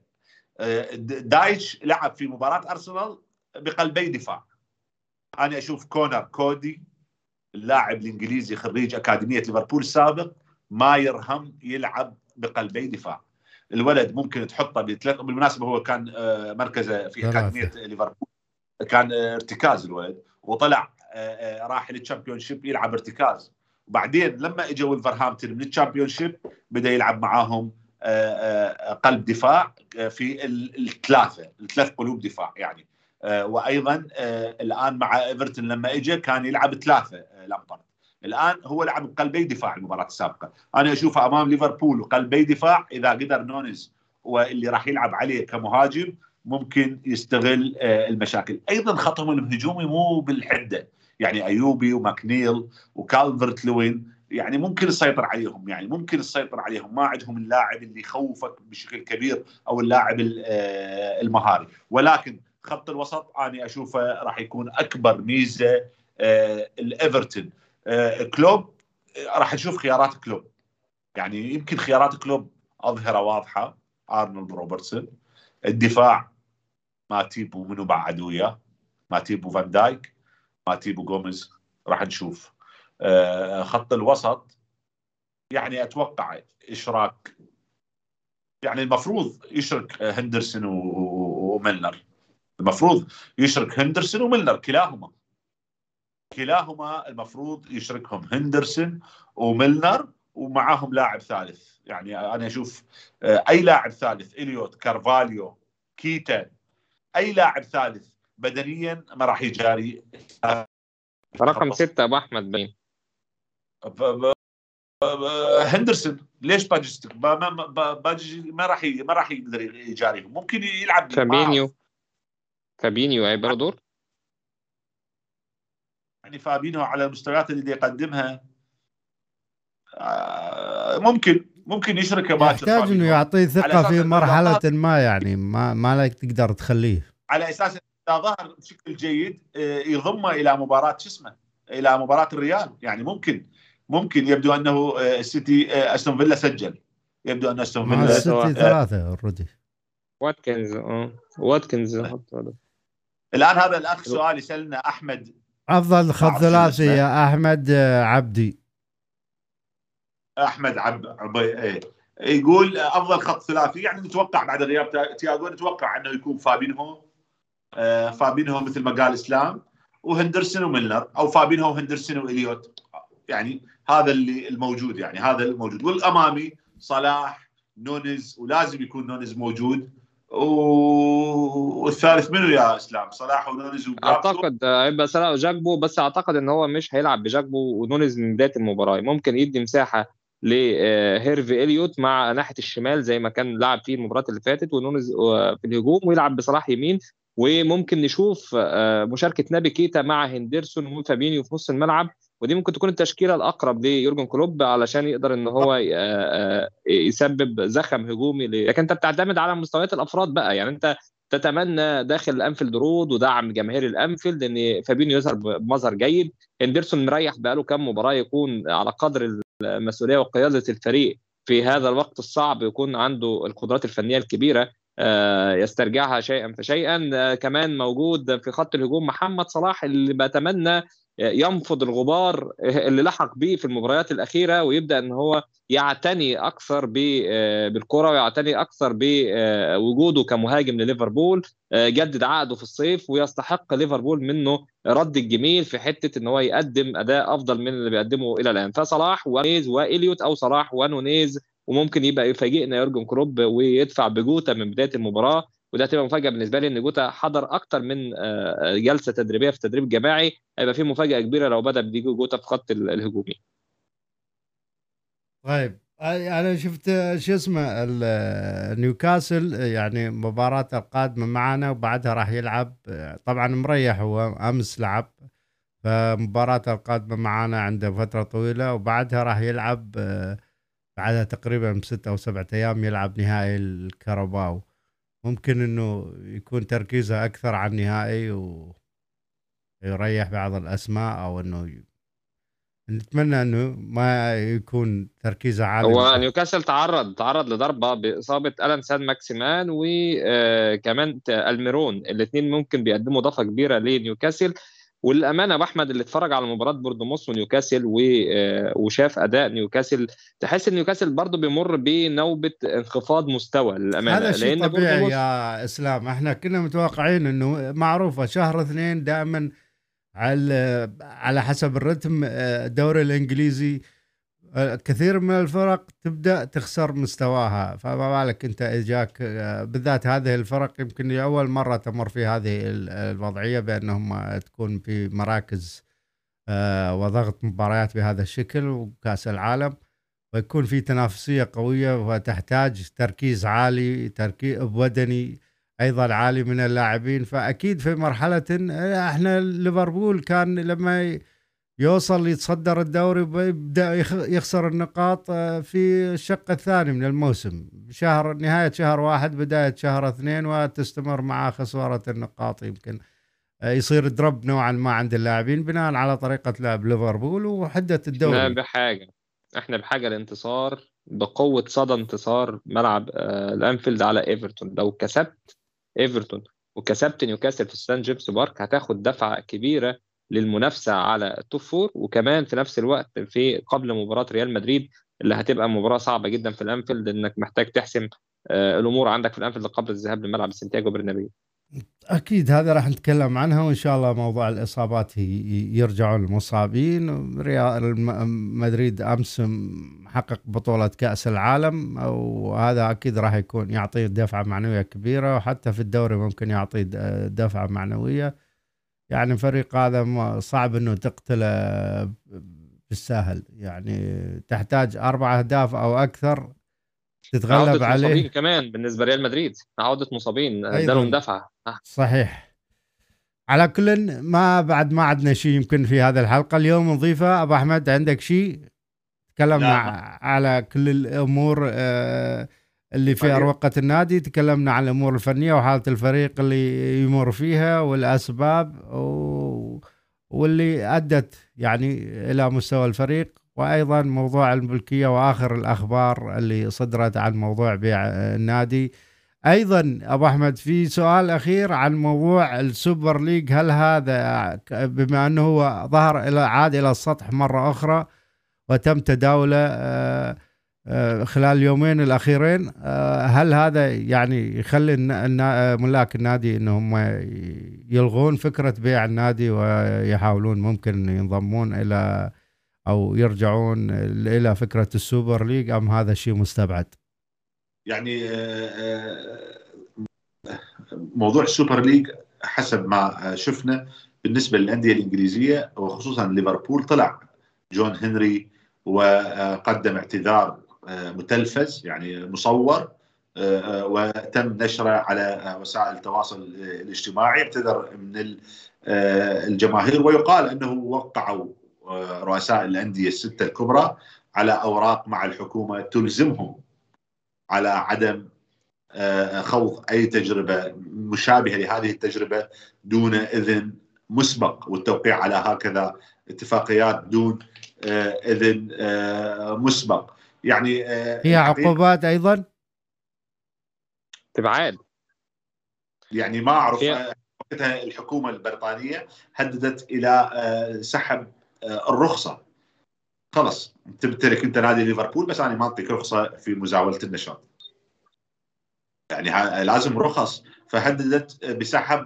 دايتش لعب في مباراه ارسنال بقلبي دفاع. انا اشوف كونر كودي اللاعب الانجليزي خريج اكاديميه ليفربول السابق ما يرهم يلعب بقلبي دفاع. الولد ممكن تحطه بثلاث، بالمناسبه هو كان مركزه في اكاديميه ليفربول كان ارتكاز الولد، وطلع راح للتشامبيون شيب يلعب ارتكاز، وبعدين لما اجوا ولفرهامبتون من التشامبيون شيب بدا يلعب معاهم قلب دفاع في الثلاثه الثلاث قلوب دفاع يعني. وايضا الان مع ايفرتون لما اجى كان يلعب ثلاثه لامبارد. الان هو لعب قلبي دفاع المباراه السابقه. انا اشوفه امام ليفربول وقلبي دفاع، اذا قدر نونيز واللي راح يلعب عليه كمهاجم ممكن يستغل المشاكل. ايضا خطهم الهجومي مو بالحده، يعني ايوبي وماكنيل وكالفرت لوين يعني ممكن يسيطر عليهم، يعني ممكن يسيطر عليهم. ما عندهم اللاعب اللي يخوفك بشكل كبير او اللاعب المهاري، ولكن خط الوسط انا اشوفه راح يكون اكبر ميزه الايفرتون. كلوب راح نشوف خيارات كلوب، يعني يمكن خيارات كلوب اظهره واضحه. ارنولد روبرتسون، الدفاع ماتيب ومنو بعد وياه، ماتيب وفان دايك، ماتيب وغوميز، راح نشوف. خط الوسط يعني اتوقع اشراك، يعني المفروض يشرك هندرسون وميلنر، المفروض يشرك هندرسون وميلنر كلاهما كلاهما المفروض يشركهم هندرسون وميلنر، ومعاهم لاعب ثالث. يعني انا اشوف اي لاعب ثالث، اليوت، كارفاليو، كيتا، اي لاعب ثالث بدنيا ما راح يجاري رقم ستة ابو احمد باين هندرسون. ليش باجستك باجي ما راح ما راح يقدر يجاريهم، ممكن يلعب فابينيو فابينيو هيبقى له دور. يعني فابينيو على المستويات اللي يقدمها ممكن ممكن يشرك باكر. يحتاج انه يعطيه ثقه في مرحله ما، يعني ما ما لك تقدر تخليه على اساس اذا ظهر بشكل جيد يضمه الى مباراه شو اسمه الى مباراه الريال. يعني ممكن ممكن يبدو انه السيتي استون فيلا سجل، يبدو ان استون فيلا السيتي ثلاثه اوريدي. واتكنز اه واتكنز الان. هذا الاخ سؤال يسالنا احمد، افضل خط ثلاثي يا احمد عبدي. احمد عب عبي ايه يقول افضل خط ثلاثي، يعني نتوقع بعد غياب تياغو نتوقع انه يكون فابينهو آه فابينهو مثل ما قال اسلام، وهندرسون وميلنر، او فابينهو وهندرسون واليوت. يعني هذا اللي الموجود، يعني هذا الموجود. والامامي صلاح نونيز، ولازم يكون نونيز موجود. والثالث منو يا اسلام؟ صلاح ونونيز وجاكبو. اعتقد هيبقى صلاح وجاكبو، بس اعتقد ان هو مش هيلعب بجاكبو ونونيز من بدايه المباراه. ممكن يدي مساحه لهيرفي إليوت مع ناحيه الشمال زي ما كان لعب فيه المباراه اللي فاتت، ونونيز في الهجوم، ويلعب بصلاح يمين. وممكن نشوف مشاركه نابي كيتا مع هندرسون وفابينيو في نص الملعب، ودي ممكن تكون التشكيله الاقرب ليورجن كلوب علشان يقدر ان هو يسبب زخم هجومي. لكن انت بتعتمد على مستويات الافراد بقى. يعني انت تتمنى داخل الانفيلد رود ودعم جماهير الانفيلد ان فابينيو يظهر بمظهر جيد. هندرسون مريح بقاله كام مباراه، يكون على قدر المسؤوليه وقياده الفريق في هذا الوقت الصعب، يكون عنده القدرات الفنيه الكبيره يسترجعها شيئا فشيئا. كمان موجود في خط الهجوم محمد صلاح، اللي بتمنى ينفض الغبار اللي لحق به في المباريات الاخيره، ويبدا ان هو يعتني اكثر بالكره، ويعتني اكثر بوجوده كمهاجم لليفربول. جدد عقده في الصيف، ويستحق ليفربول منه رد الجميل في حته ان هو يقدم اداء افضل من اللي بيقدمه الى الان. فصلاح ونونيز واليوت، او صلاح ونونيز، وممكن يبقى يفاجئنا يورجن كلوب ويدفع بجوتا من بدايه المباراه. وده هتبقى مفاجاه بالنسبه لي ان جوتا حضر اكتر من جلسه تدريبيه في تدريب جماعي. هيبقى فيه مفاجاه كبيره لو بدا بديجو جوتا في خط الهجومي. طيب انا شفت شو اسمه نيوكاسل، يعني مباراة القادمة معنا وبعدها راح يلعب. طبعا مريح، هو امس لعب، فمباراة القادمة معنا عنده فترة طويلة، وبعدها راح يلعب بعدها تقريبا بستة او سبعة ايام يلعب نهائي الكاراباو. ممكن انه يكون تركيزه اكثر على النهائي ويريح بعض الاسماء، او انه نتمنى انه ما يكون تركيزه عالي. هو نيوكاسل تعرض تعرض لضربه باصابه الان سان ماكسيمان وكمان الميرون، الاثنين ممكن بيقدموا اضافه كبيره لنيوكاسل. والامانه ابو احمد، اللي اتفرج على مباراه بوردوموس ونيوكاسل وشاف اداء نيوكاسل، تحس ان نيوكاسل برضه بيمر بنوبه انخفاض مستوى للامانه. هذا شيء طبيعي يا اسلام، احنا كنا متوقعين انه معروفه شهر اثنين دائما على على حسب الرتم الدوري الانجليزي كثير من الفرق تبدا تخسر مستواها، فما بالك انت اجاك بالذات هذه الفرق يمكن لاول مره تمر في هذه الوضعيه بانهم تكون في مراكز وضغط مباريات بهذا الشكل وكاس العالم، ويكون في تنافسيه قويه وتحتاج تركيز عالي، تركيز بدني ايضا عالي من اللاعبين. فاكيد في مرحله احنا ليفربول كان لما يوصل يتصدر الدوري ويبدا يخسر النقاط في الشق الثاني من الموسم، شهر نهايه شهر واحد بدايه شهر اثنين، وتستمر مع خساره النقاط. يمكن يصير درب نوعا ما عند اللاعبين بناء على طريقه لعب ليفربول وحده الدوري. احنا بحاجه احنا بحاجه لانتصار بقوه صدى انتصار ملعب الانفيلد على ايفرتون. لو كسبت ايفرتون وكسبت نيوكاسل في سان جيمس بارك، هتاخد دفعه كبيره للمنافسه على التوب فور، وكمان في نفس الوقت في قبل مباراه ريال مدريد اللي هتبقى مباراه صعبه جدا في الانفيلد، انك محتاج تحسم الامور عندك في الانفيلد قبل الذهاب لملعب سانتياغو برنابيو. اكيد هذا راح نتكلم عنها، وان شاء الله موضوع الاصابات يرجعون المصابين. ريال مدريد امس محقق بطوله كاس العالم، وهذا اكيد راح يكون يعطيه دفعه معنويه كبيره، وحتى في الدوري ممكن يعطيه دفعه معنويه. يعني فريق هذا صعب انه تقتله بالسهل، يعني تحتاج اربع اهداف او اكثر تتغلب عودة عليه. مصابين كمان بالنسبه ريال مدريد، عوده مصابين ادالهم دفعه. صحيح. على كل ما بعد ما عندنا شيء يمكن في هذه الحلقة اليوم نضيفه. أبو أحمد عندك شيء؟ تكلمنا على كل الأمور اللي في أروقة النادي، تكلمنا عن الأمور الفنية وحالة الفريق اللي يمر فيها والأسباب واللي أدت يعني إلى مستوى الفريق، وأيضا موضوع الملكية وآخر الأخبار اللي صدرت عن موضوع بيع النادي. أيضا أبو أحمد في سؤال أخير عن موضوع السوبر ليج، هل هذا بما أنه هو ظهر إلى عاد إلى السطح مرة أخرى وتم تداوله خلال اليومين الأخيرين، هل هذا يعني يخلي ملاك النادي أنهم يلغون فكرة بيع النادي ويحاولون ممكن ينضمون إلى أو يرجعون إلى فكرة السوبر ليج، أم هذا الشيء مستبعد؟ يعني موضوع السوبر ليج حسب ما شفنا بالنسبة للأندية الإنجليزية وخصوصا ليفربول، طلع جون هنري وقدم اعتذار متلفز يعني مصور وتم نشره على وسائل التواصل الاجتماعي، اعتذر من الجماهير، ويقال أنه وقعوا رؤساء الأندية الستة الكبرى على أوراق مع الحكومة تلزمهم على عدم خوض أي تجربة مشابهة لهذه التجربة دون إذن مسبق، والتوقيع على هكذا اتفاقيات دون إذن مسبق. يعني فيها عقوبات أيضا تبعاد، يعني ما أعرف. وقتها الحكومة البريطانية هددت إلى سحب الرخصة، خلص تمتلك أنت نادي ليفربول بس أنا ما أعطيك رخصة في مزاولة النشاط، يعني لازم رخص، فهددت بسحب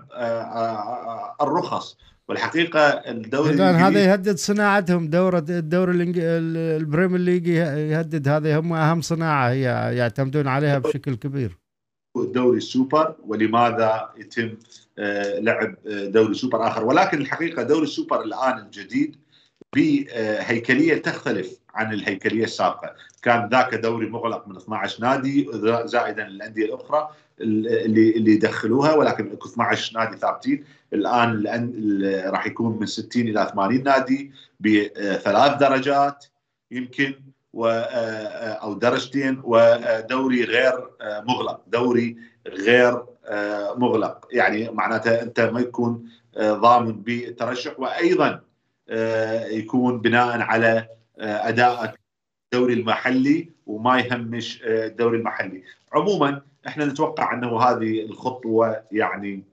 الرخص. والحقيقة الدوري الآن هذا يهدد صناعتهم، دورة الدوري البريمير ليج يهدد، هذه هم أهم صناعة هي يعتمدون عليها بشكل كبير. الدوري السوبر، ولماذا يتم لعب دوري سوبر آخر؟ ولكن الحقيقة دوري السوبر الآن الجديد بهيكلية تختلف عن الهيكلية السابقة. كان ذاك دوري مغلق من اثني عشر نادي زائدا الأندية الأخرى اللي اللي دخلوها، ولكن اثني عشر نادي ثابتين. الآن راح يكون من ستين إلى ثمانين نادي بثلاث درجات يمكن و أو درجتين، ودوري غير مغلق، دوري غير مغلق يعني معناته أنت ما يكون ضامن بالترشح، وأيضا يكون بناء على أداء الدوري المحلي وما يهمش الدوري المحلي. عموما احنا نتوقع أنه هذه الخطوة يعني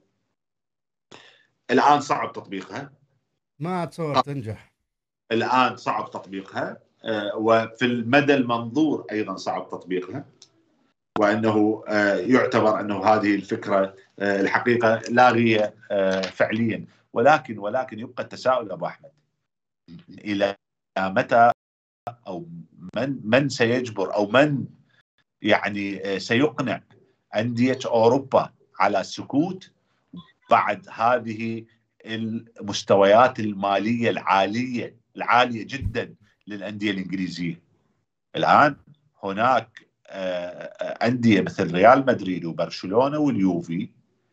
الآن صعب تطبيقها، ما أتصور تنجح الآن صعب تطبيقها، وفي المدى المنظور أيضا صعب تطبيقها، وأنه يعتبر أنه هذه الفكرة الحقيقة لاغية فعليا. ولكن ولكن يبقى التساؤل أبو أحمد، إلى متى أو من من سيجبر أو من يعني سيقنع أندية أوروبا على السكوت بعد هذه المستويات المالية العالية العالية جدا للأندية الإنجليزية؟ الآن هناك أندية مثل ريال مدريد وبرشلونة واليوفي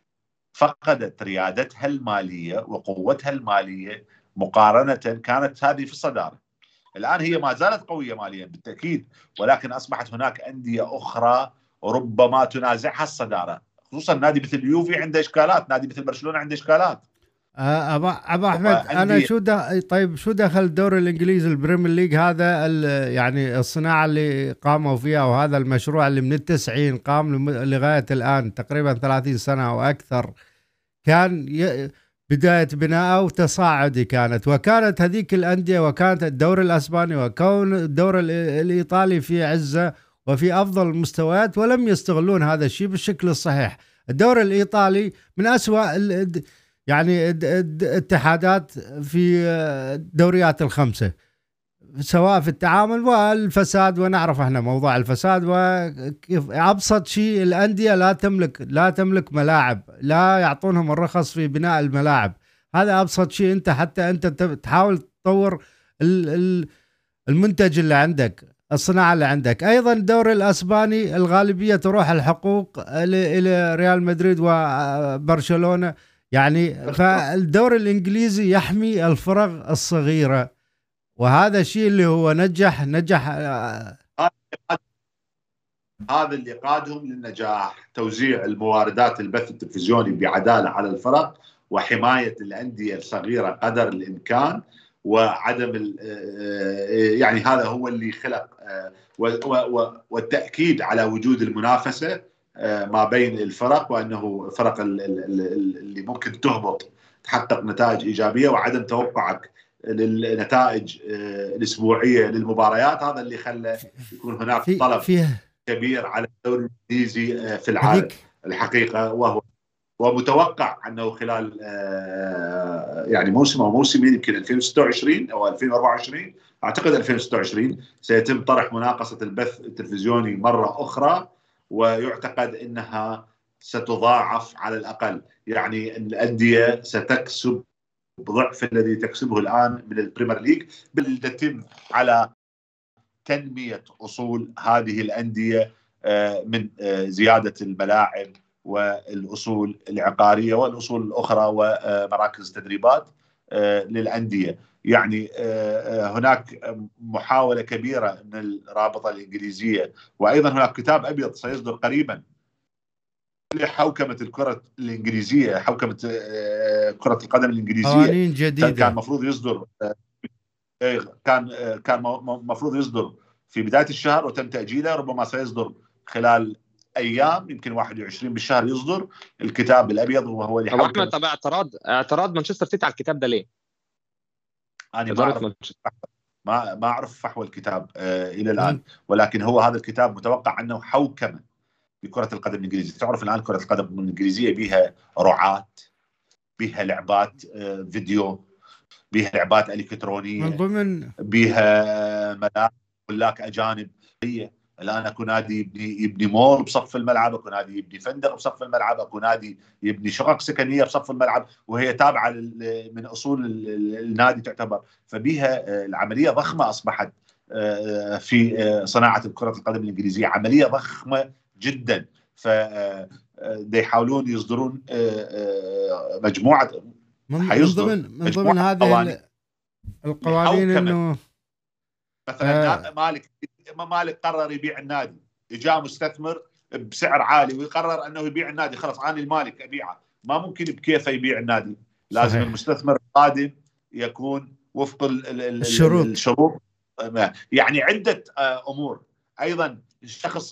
فقدت ريادتها المالية وقوتها المالية مقارنة، كانت هذه في الصدارة، الآن هي ما زالت قوية ماليا بالتأكيد، ولكن أصبحت هناك أندية أخرى ربما تنازعها الصدارة، خصوصا نادي مثل اليوفي عنده إشكالات، نادي مثل برشلونة عنده إشكالات. أبا أبا أحمد أنا شو ده طيب شو دخل الدوري الإنجليزي البريمير ليج هذا يعني الصناعة اللي قاموا فيها وهذا المشروع اللي من التسعين قام لغاية الآن تقريبا ثلاثين سنة أو أكثر، كان بداية بناءه وتصاعدي كانت، وكانت هذيك الأندية وكانت الدوري الأسباني وكون الدوري الإيطالي في عزة وفي أفضل المستويات، ولم يستغلون هذا الشيء بالشكل الصحيح. الدوري الإيطالي من أسوأ يعني اتحادات في الدوريات الخمسة، سواء في التعامل والفساد، ونعرف احنا موضوع الفساد، وكيف أبسط شيء الأندية لا تملك لا تملك ملاعب، لا يعطونهم الرخص في بناء الملاعب، هذا أبسط شيء. أنت حتى أنت تحاول تطور المنتج اللي عندك، الصناعة اللي عندك. أيضا الدوري الأسباني الغالبية تروح الحقوق إلى ريال مدريد وبرشلونة، يعني فالدوري الإنجليزي يحمي الفرق الصغيرة، وهذا الشيء اللي هو نجح نجح هذا اللي قادهم للنجاح، توزيع المواردات البث التلفزيوني بعدالة على الفرق، وحماية الأندية الصغيرة قدر الإمكان، وعدم يعني هذا هو اللي خلق، والتأكيد على وجود المنافسة ما بين الفرق، وأنه فرق اللي ممكن تهبط تحقق نتائج إيجابية، وعدم توقعك للنتائج الأسبوعية للمباريات. هذا اللي خلى يكون هناك في طلب فيه كبير على الدوري الإنجليزي في العالم الحقيقة، وهو ومتوقع أنه خلال يعني موسم أو موسمين، يمكن ألفين وستة وعشرين أو ألفين وأربعة وعشرين، أعتقد ألفين وستة وعشرين سيتم طرح مناقصة البث التلفزيوني مرة أخرى، ويعتقد أنها ستضاعف على الأقل، يعني الأندية ستكسب ضعف الذي تكسبه الآن من البريمير ليج، بل تتم على تنمية أصول هذه الأندية من زيادة الملاعب والأصول العقارية والأصول الأخرى ومراكز تدريبات للأندية. يعني هناك محاولة كبيرة من الرابطة الإنجليزية، وأيضا هناك كتاب أبيض سيصدر قريبا لحوكمة الكرة الإنجليزية، حوكمة كرة القدم الإنجليزية، قوانين جديدة كان مفروض يصدر كان كان مفروض يصدر في بداية الشهر وتم تأجيله، ربما سيصدر خلال أيام، يمكن واحد وعشرين بالشهر يصدر الكتاب الأبيض، وهو اللي حوكمة. طب اعتراض اعتراض مانشستر سيتي على الكتاب ده ليه؟ أنا ما أعرف ما ما أعرف فحوى الكتاب آه إلى الآن، ولكن هو هذا الكتاب متوقع أنه حوكمة بكرة القدم الإنجليزية. تعرف الآن كرة القدم الإنجليزية بها رعاة، بها لعبات آه فيديو، بها لعبات الكترونيه، من ضمن بها ملاعب ملاك اجانب. الان اكو نادي يبني يبني مول بصف الملعب، اكو نادي يبني فندق بصف الملعب، اكو نادي يبني شقق سكنيه بصف الملعب، وهي تابعه من اصول النادي تعتبر. فبها العمليه ضخمه اصبحت في صناعه كره القدم الانجليزيه، عمليه ضخمه جدا. ف يحاولون يصدرون مجموعه من ضمن من ضمن هذه القوانين انه مثلا آه مالك مالك قرر يبيع النادي، جاء مستثمر بسعر عالي ويقرر انه يبيع النادي، خلاص انا المالك ابيعه، ما ممكن بكيفه يبيع النادي، لازم صحيح. المستثمر القادم يكون وفق الشروط, الشروط. يعني عده امور. ايضا الشخص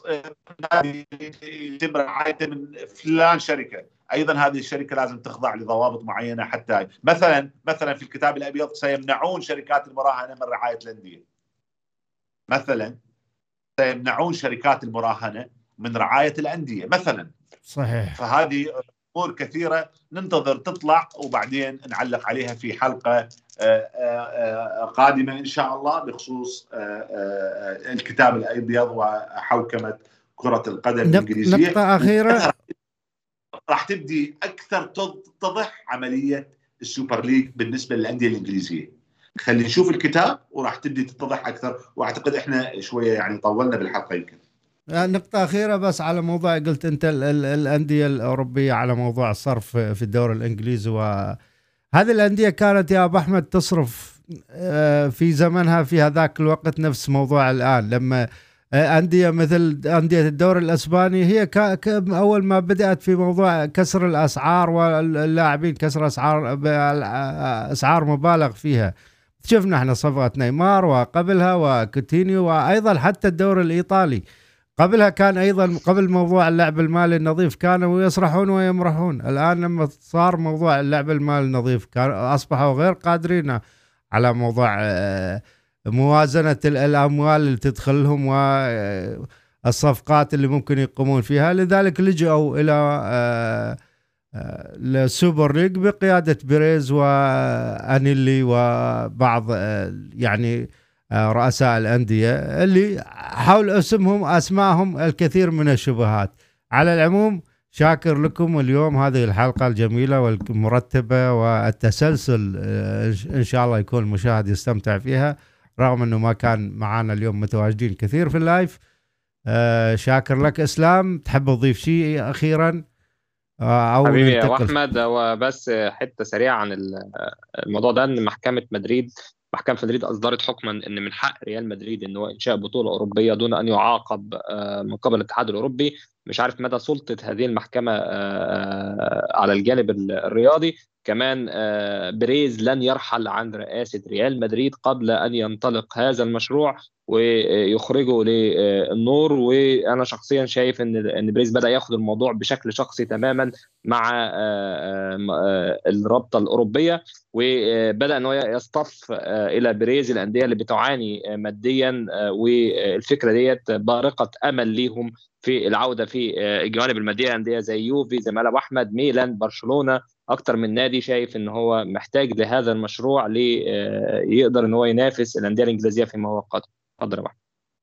يتم رعايته من فلان شركه، ايضا هذه الشركه لازم تخضع لضوابط معينه، حتى مثلا مثلا في الكتاب الابيض سيمنعون شركات المراهنه من رعايه الانديه، مثلا سيمنعون شركات المراهنه من رعايه الانديه مثلا. صحيح. فهذه امور كثيره ننتظر تطلع وبعدين نعلق عليها في حلقه قادمه ان شاء الله بخصوص الكتاب الابيض وحوكمه كره القدم الانجليزيه. نقطه اخيره راح تبدي اكثر تتضح عمليه السوبر ليج بالنسبه للانديه الانجليزيه. خلي نشوف الكتاب وراح تبدي تتضح اكثر، واعتقد احنا شويه يعني طولنا بالحلقه يمكن. نقطه اخيره بس على موضوع قلت انت الانديه الاوروبيه على موضوع الصرف في الدوري الانجليزي، وهذه الانديه كانت يا ابو احمد تصرف في زمنها في هذاك الوقت نفس موضوع الان، لما أندية مثل أندية الدوري الأسباني هي أول ما بدأت في موضوع كسر الأسعار واللاعبين، كسر أسعار أسعار مبالغ فيها. شفنا احنا صفقة نيمار وقبلها وكوتينيو، وأيضا حتى الدوري الإيطالي قبلها كان أيضا قبل موضوع اللعب المالي النظيف كانوا يسرحون ويمرحون. الآن لما صار موضوع اللعب المالي النظيف كان أصبحوا غير قادرين على موضوع موازنة الأموال اللي تدخلهم والصفقات اللي ممكن يقومون فيها، لذلك لجأوا إلى السوبر ليج بقيادة بيريز وأنيلي وبعض يعني رؤساء الأندية اللي حول اسمهم أسمائهم الكثير من الشبهات. على العموم شاكر لكم اليوم هذه الحلقة الجميلة والمرتبة والتسلسل، إن شاء الله يكون المشاهد يستمتع فيها رغم أنه ما كان معنا اليوم متواجدين كثير في اللايف. آه شاكر لك. إسلام تحب تضيف شيء أخيرا؟ او حبيبي يا ننتقل. احمد، هو بس حته سريعه عن الموضوع ده، ان محكمه مدريد محكمه مدريد اصدرت حكما ان من حق ريال مدريد ان هو انشاء بطوله اوروبيه دون ان يعاقب آه، من قبل الاتحاد الاوروبي. مش عارف مدى سلطه هذه المحكمه آه، آه، على الجانب الرياضي. كمان آه، بريز لن يرحل عن رئاسه ريال مدريد قبل ان ينطلق هذا المشروع ويخرجه للنور. وانا شخصيا شايف ان ان بريز بدا ياخد الموضوع بشكل شخصي تماما مع آه، آه، آه، الرابطه الاوروبيه، وبدا ان هو يصطف آه، الى بريز الانديه اللي بتعاني آه، ماديا، آه، والفكره ديت بارقه امل ليهم في العوده في آه، الجوانب الماديه. انديه زي يوفي، زي ما قال أبو احمد، ميلان، برشلونه، اكتر من نادي شايف ان هو محتاج لهذا المشروع ليقدر ان هو ينافس الانديه الانجليزيه فيما هو قادم. اتفضل يا أبو أحمد.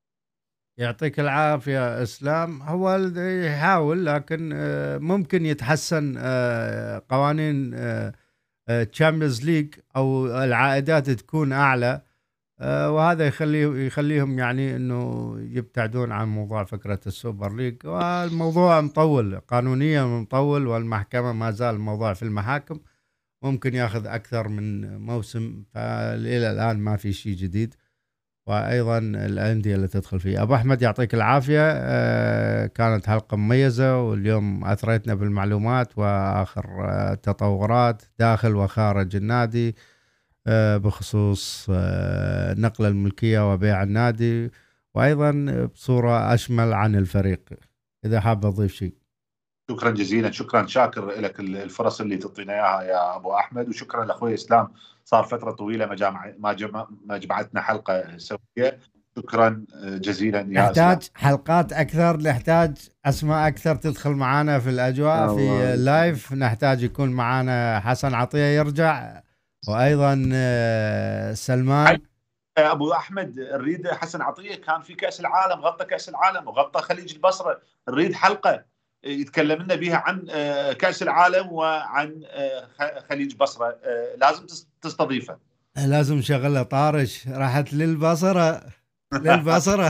يعطيك العافية اسلام. هو يحاول، لكن آه، ممكن يتحسن آه، قوانين تشامبيونز ليج او العائدات تكون اعلى، آه، وهذا يخليه يخليهم يعني انه يبتعدون عن موضوع فكرة السوبر ليج. والموضوع مطول قانونيا، مطول، والمحكمة ما زال الموضوع في المحاكم، ممكن ياخذ اكثر من موسم، فالى الان ما في شيء جديد. وايضا الانديه اللي تدخل فيه. ابو احمد يعطيك العافيه، آه، كانت حلقه مميزه، واليوم اثريتنا بالمعلومات واخر آه، تطورات داخل وخارج النادي آه، بخصوص آه، نقل الملكيه وبيع النادي، وايضا بصوره اشمل عن الفريق. اذا حاب تضيف شيء. شكرا جزيلا، شكرا، شاكر لك الفرص اللي تعطينا اياها يا ابو احمد، وشكرا لاخوي اسلام، صار فتره طويله ما جمع ما جمع ما جمعتنا حلقه سويه. شكرا جزيلا يا اسلام. نحتاج حلقات اكثر، نحتاج اسماء اكثر تدخل معانا في الاجواء في اللايف. نحتاج يكون معانا حسن عطيه يرجع، وايضا آه، سلمان. ابو احمد نريد حسن عطيه، كان في كاس العالم، غطى كاس العالم وغطى خليج البصره، نريد حلقه يتكلم لنا بها عن كاس العالم وعن خليج بصره، لازم تستضيفه. لازم شغله طارش راحت للبصره للبصره.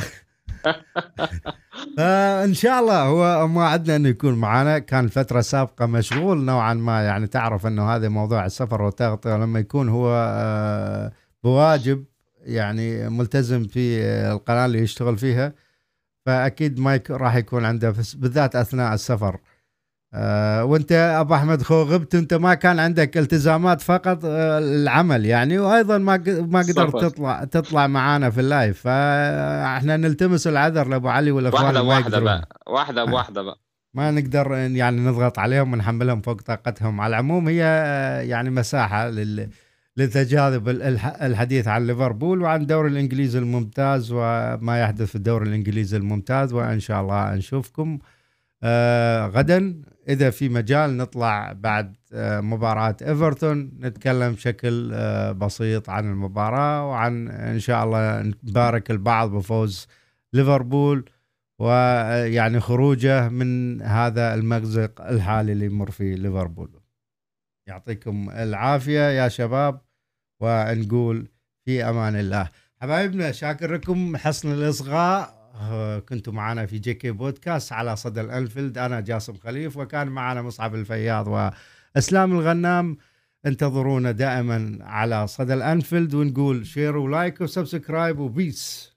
فان شاء الله هو ما عدنا انه يكون معنا، كان فتره سابقه مشغول نوعا ما، يعني تعرف انه هذا موضوع السفر والتغطيه لما يكون هو آه، بواجب، يعني ملتزم في القناه اللي يشتغل فيها، فاكيد ما يك... راح يكون عنده، بالذات اثناء السفر. أه وانت ابو احمد خو غبت، انت ما كان عندك التزامات فقط أه العمل يعني، وايضا ما ما قدرت تطلع تطلع معانا في اللايف، فاحنا نلتمس العذر لابو علي والاخوان واحده اللي ما بواحده يقدرون. بقى، واحده بواحده بقى، ما نقدر يعني نضغط عليهم ونحملهم فوق طاقتهم. على العموم هي يعني مساحه لل لتجاذب الحديث عن ليفربول وعن الدوري الانجليزي الممتاز وما يحدث في الدوري الانجليزي الممتاز. وان شاء الله نشوفكم آه غدا إذا في مجال نطلع بعد آه مباراة إيفرتون، نتكلم بشكل آه بسيط عن المباراة، وعن إن شاء الله نبارك البعض بفوز ليفربول، ويعني خروجه من هذا المأزق الحالي اللي يمر فيه ليفربول. يعطيكم العافية يا شباب، ونقول في أمان الله. حبايبنا شاكر لكم حسن الإصغاء. كنتوا معنا في جي كي بودكاست على صدى الأنفيلد. أنا جاسم خليف، وكان معنا مصعب الفياض وإسلام الغنام. انتظرونا دائما على صدى الأنفيلد، ونقول شير ولايك وسبسكرايب وبيس.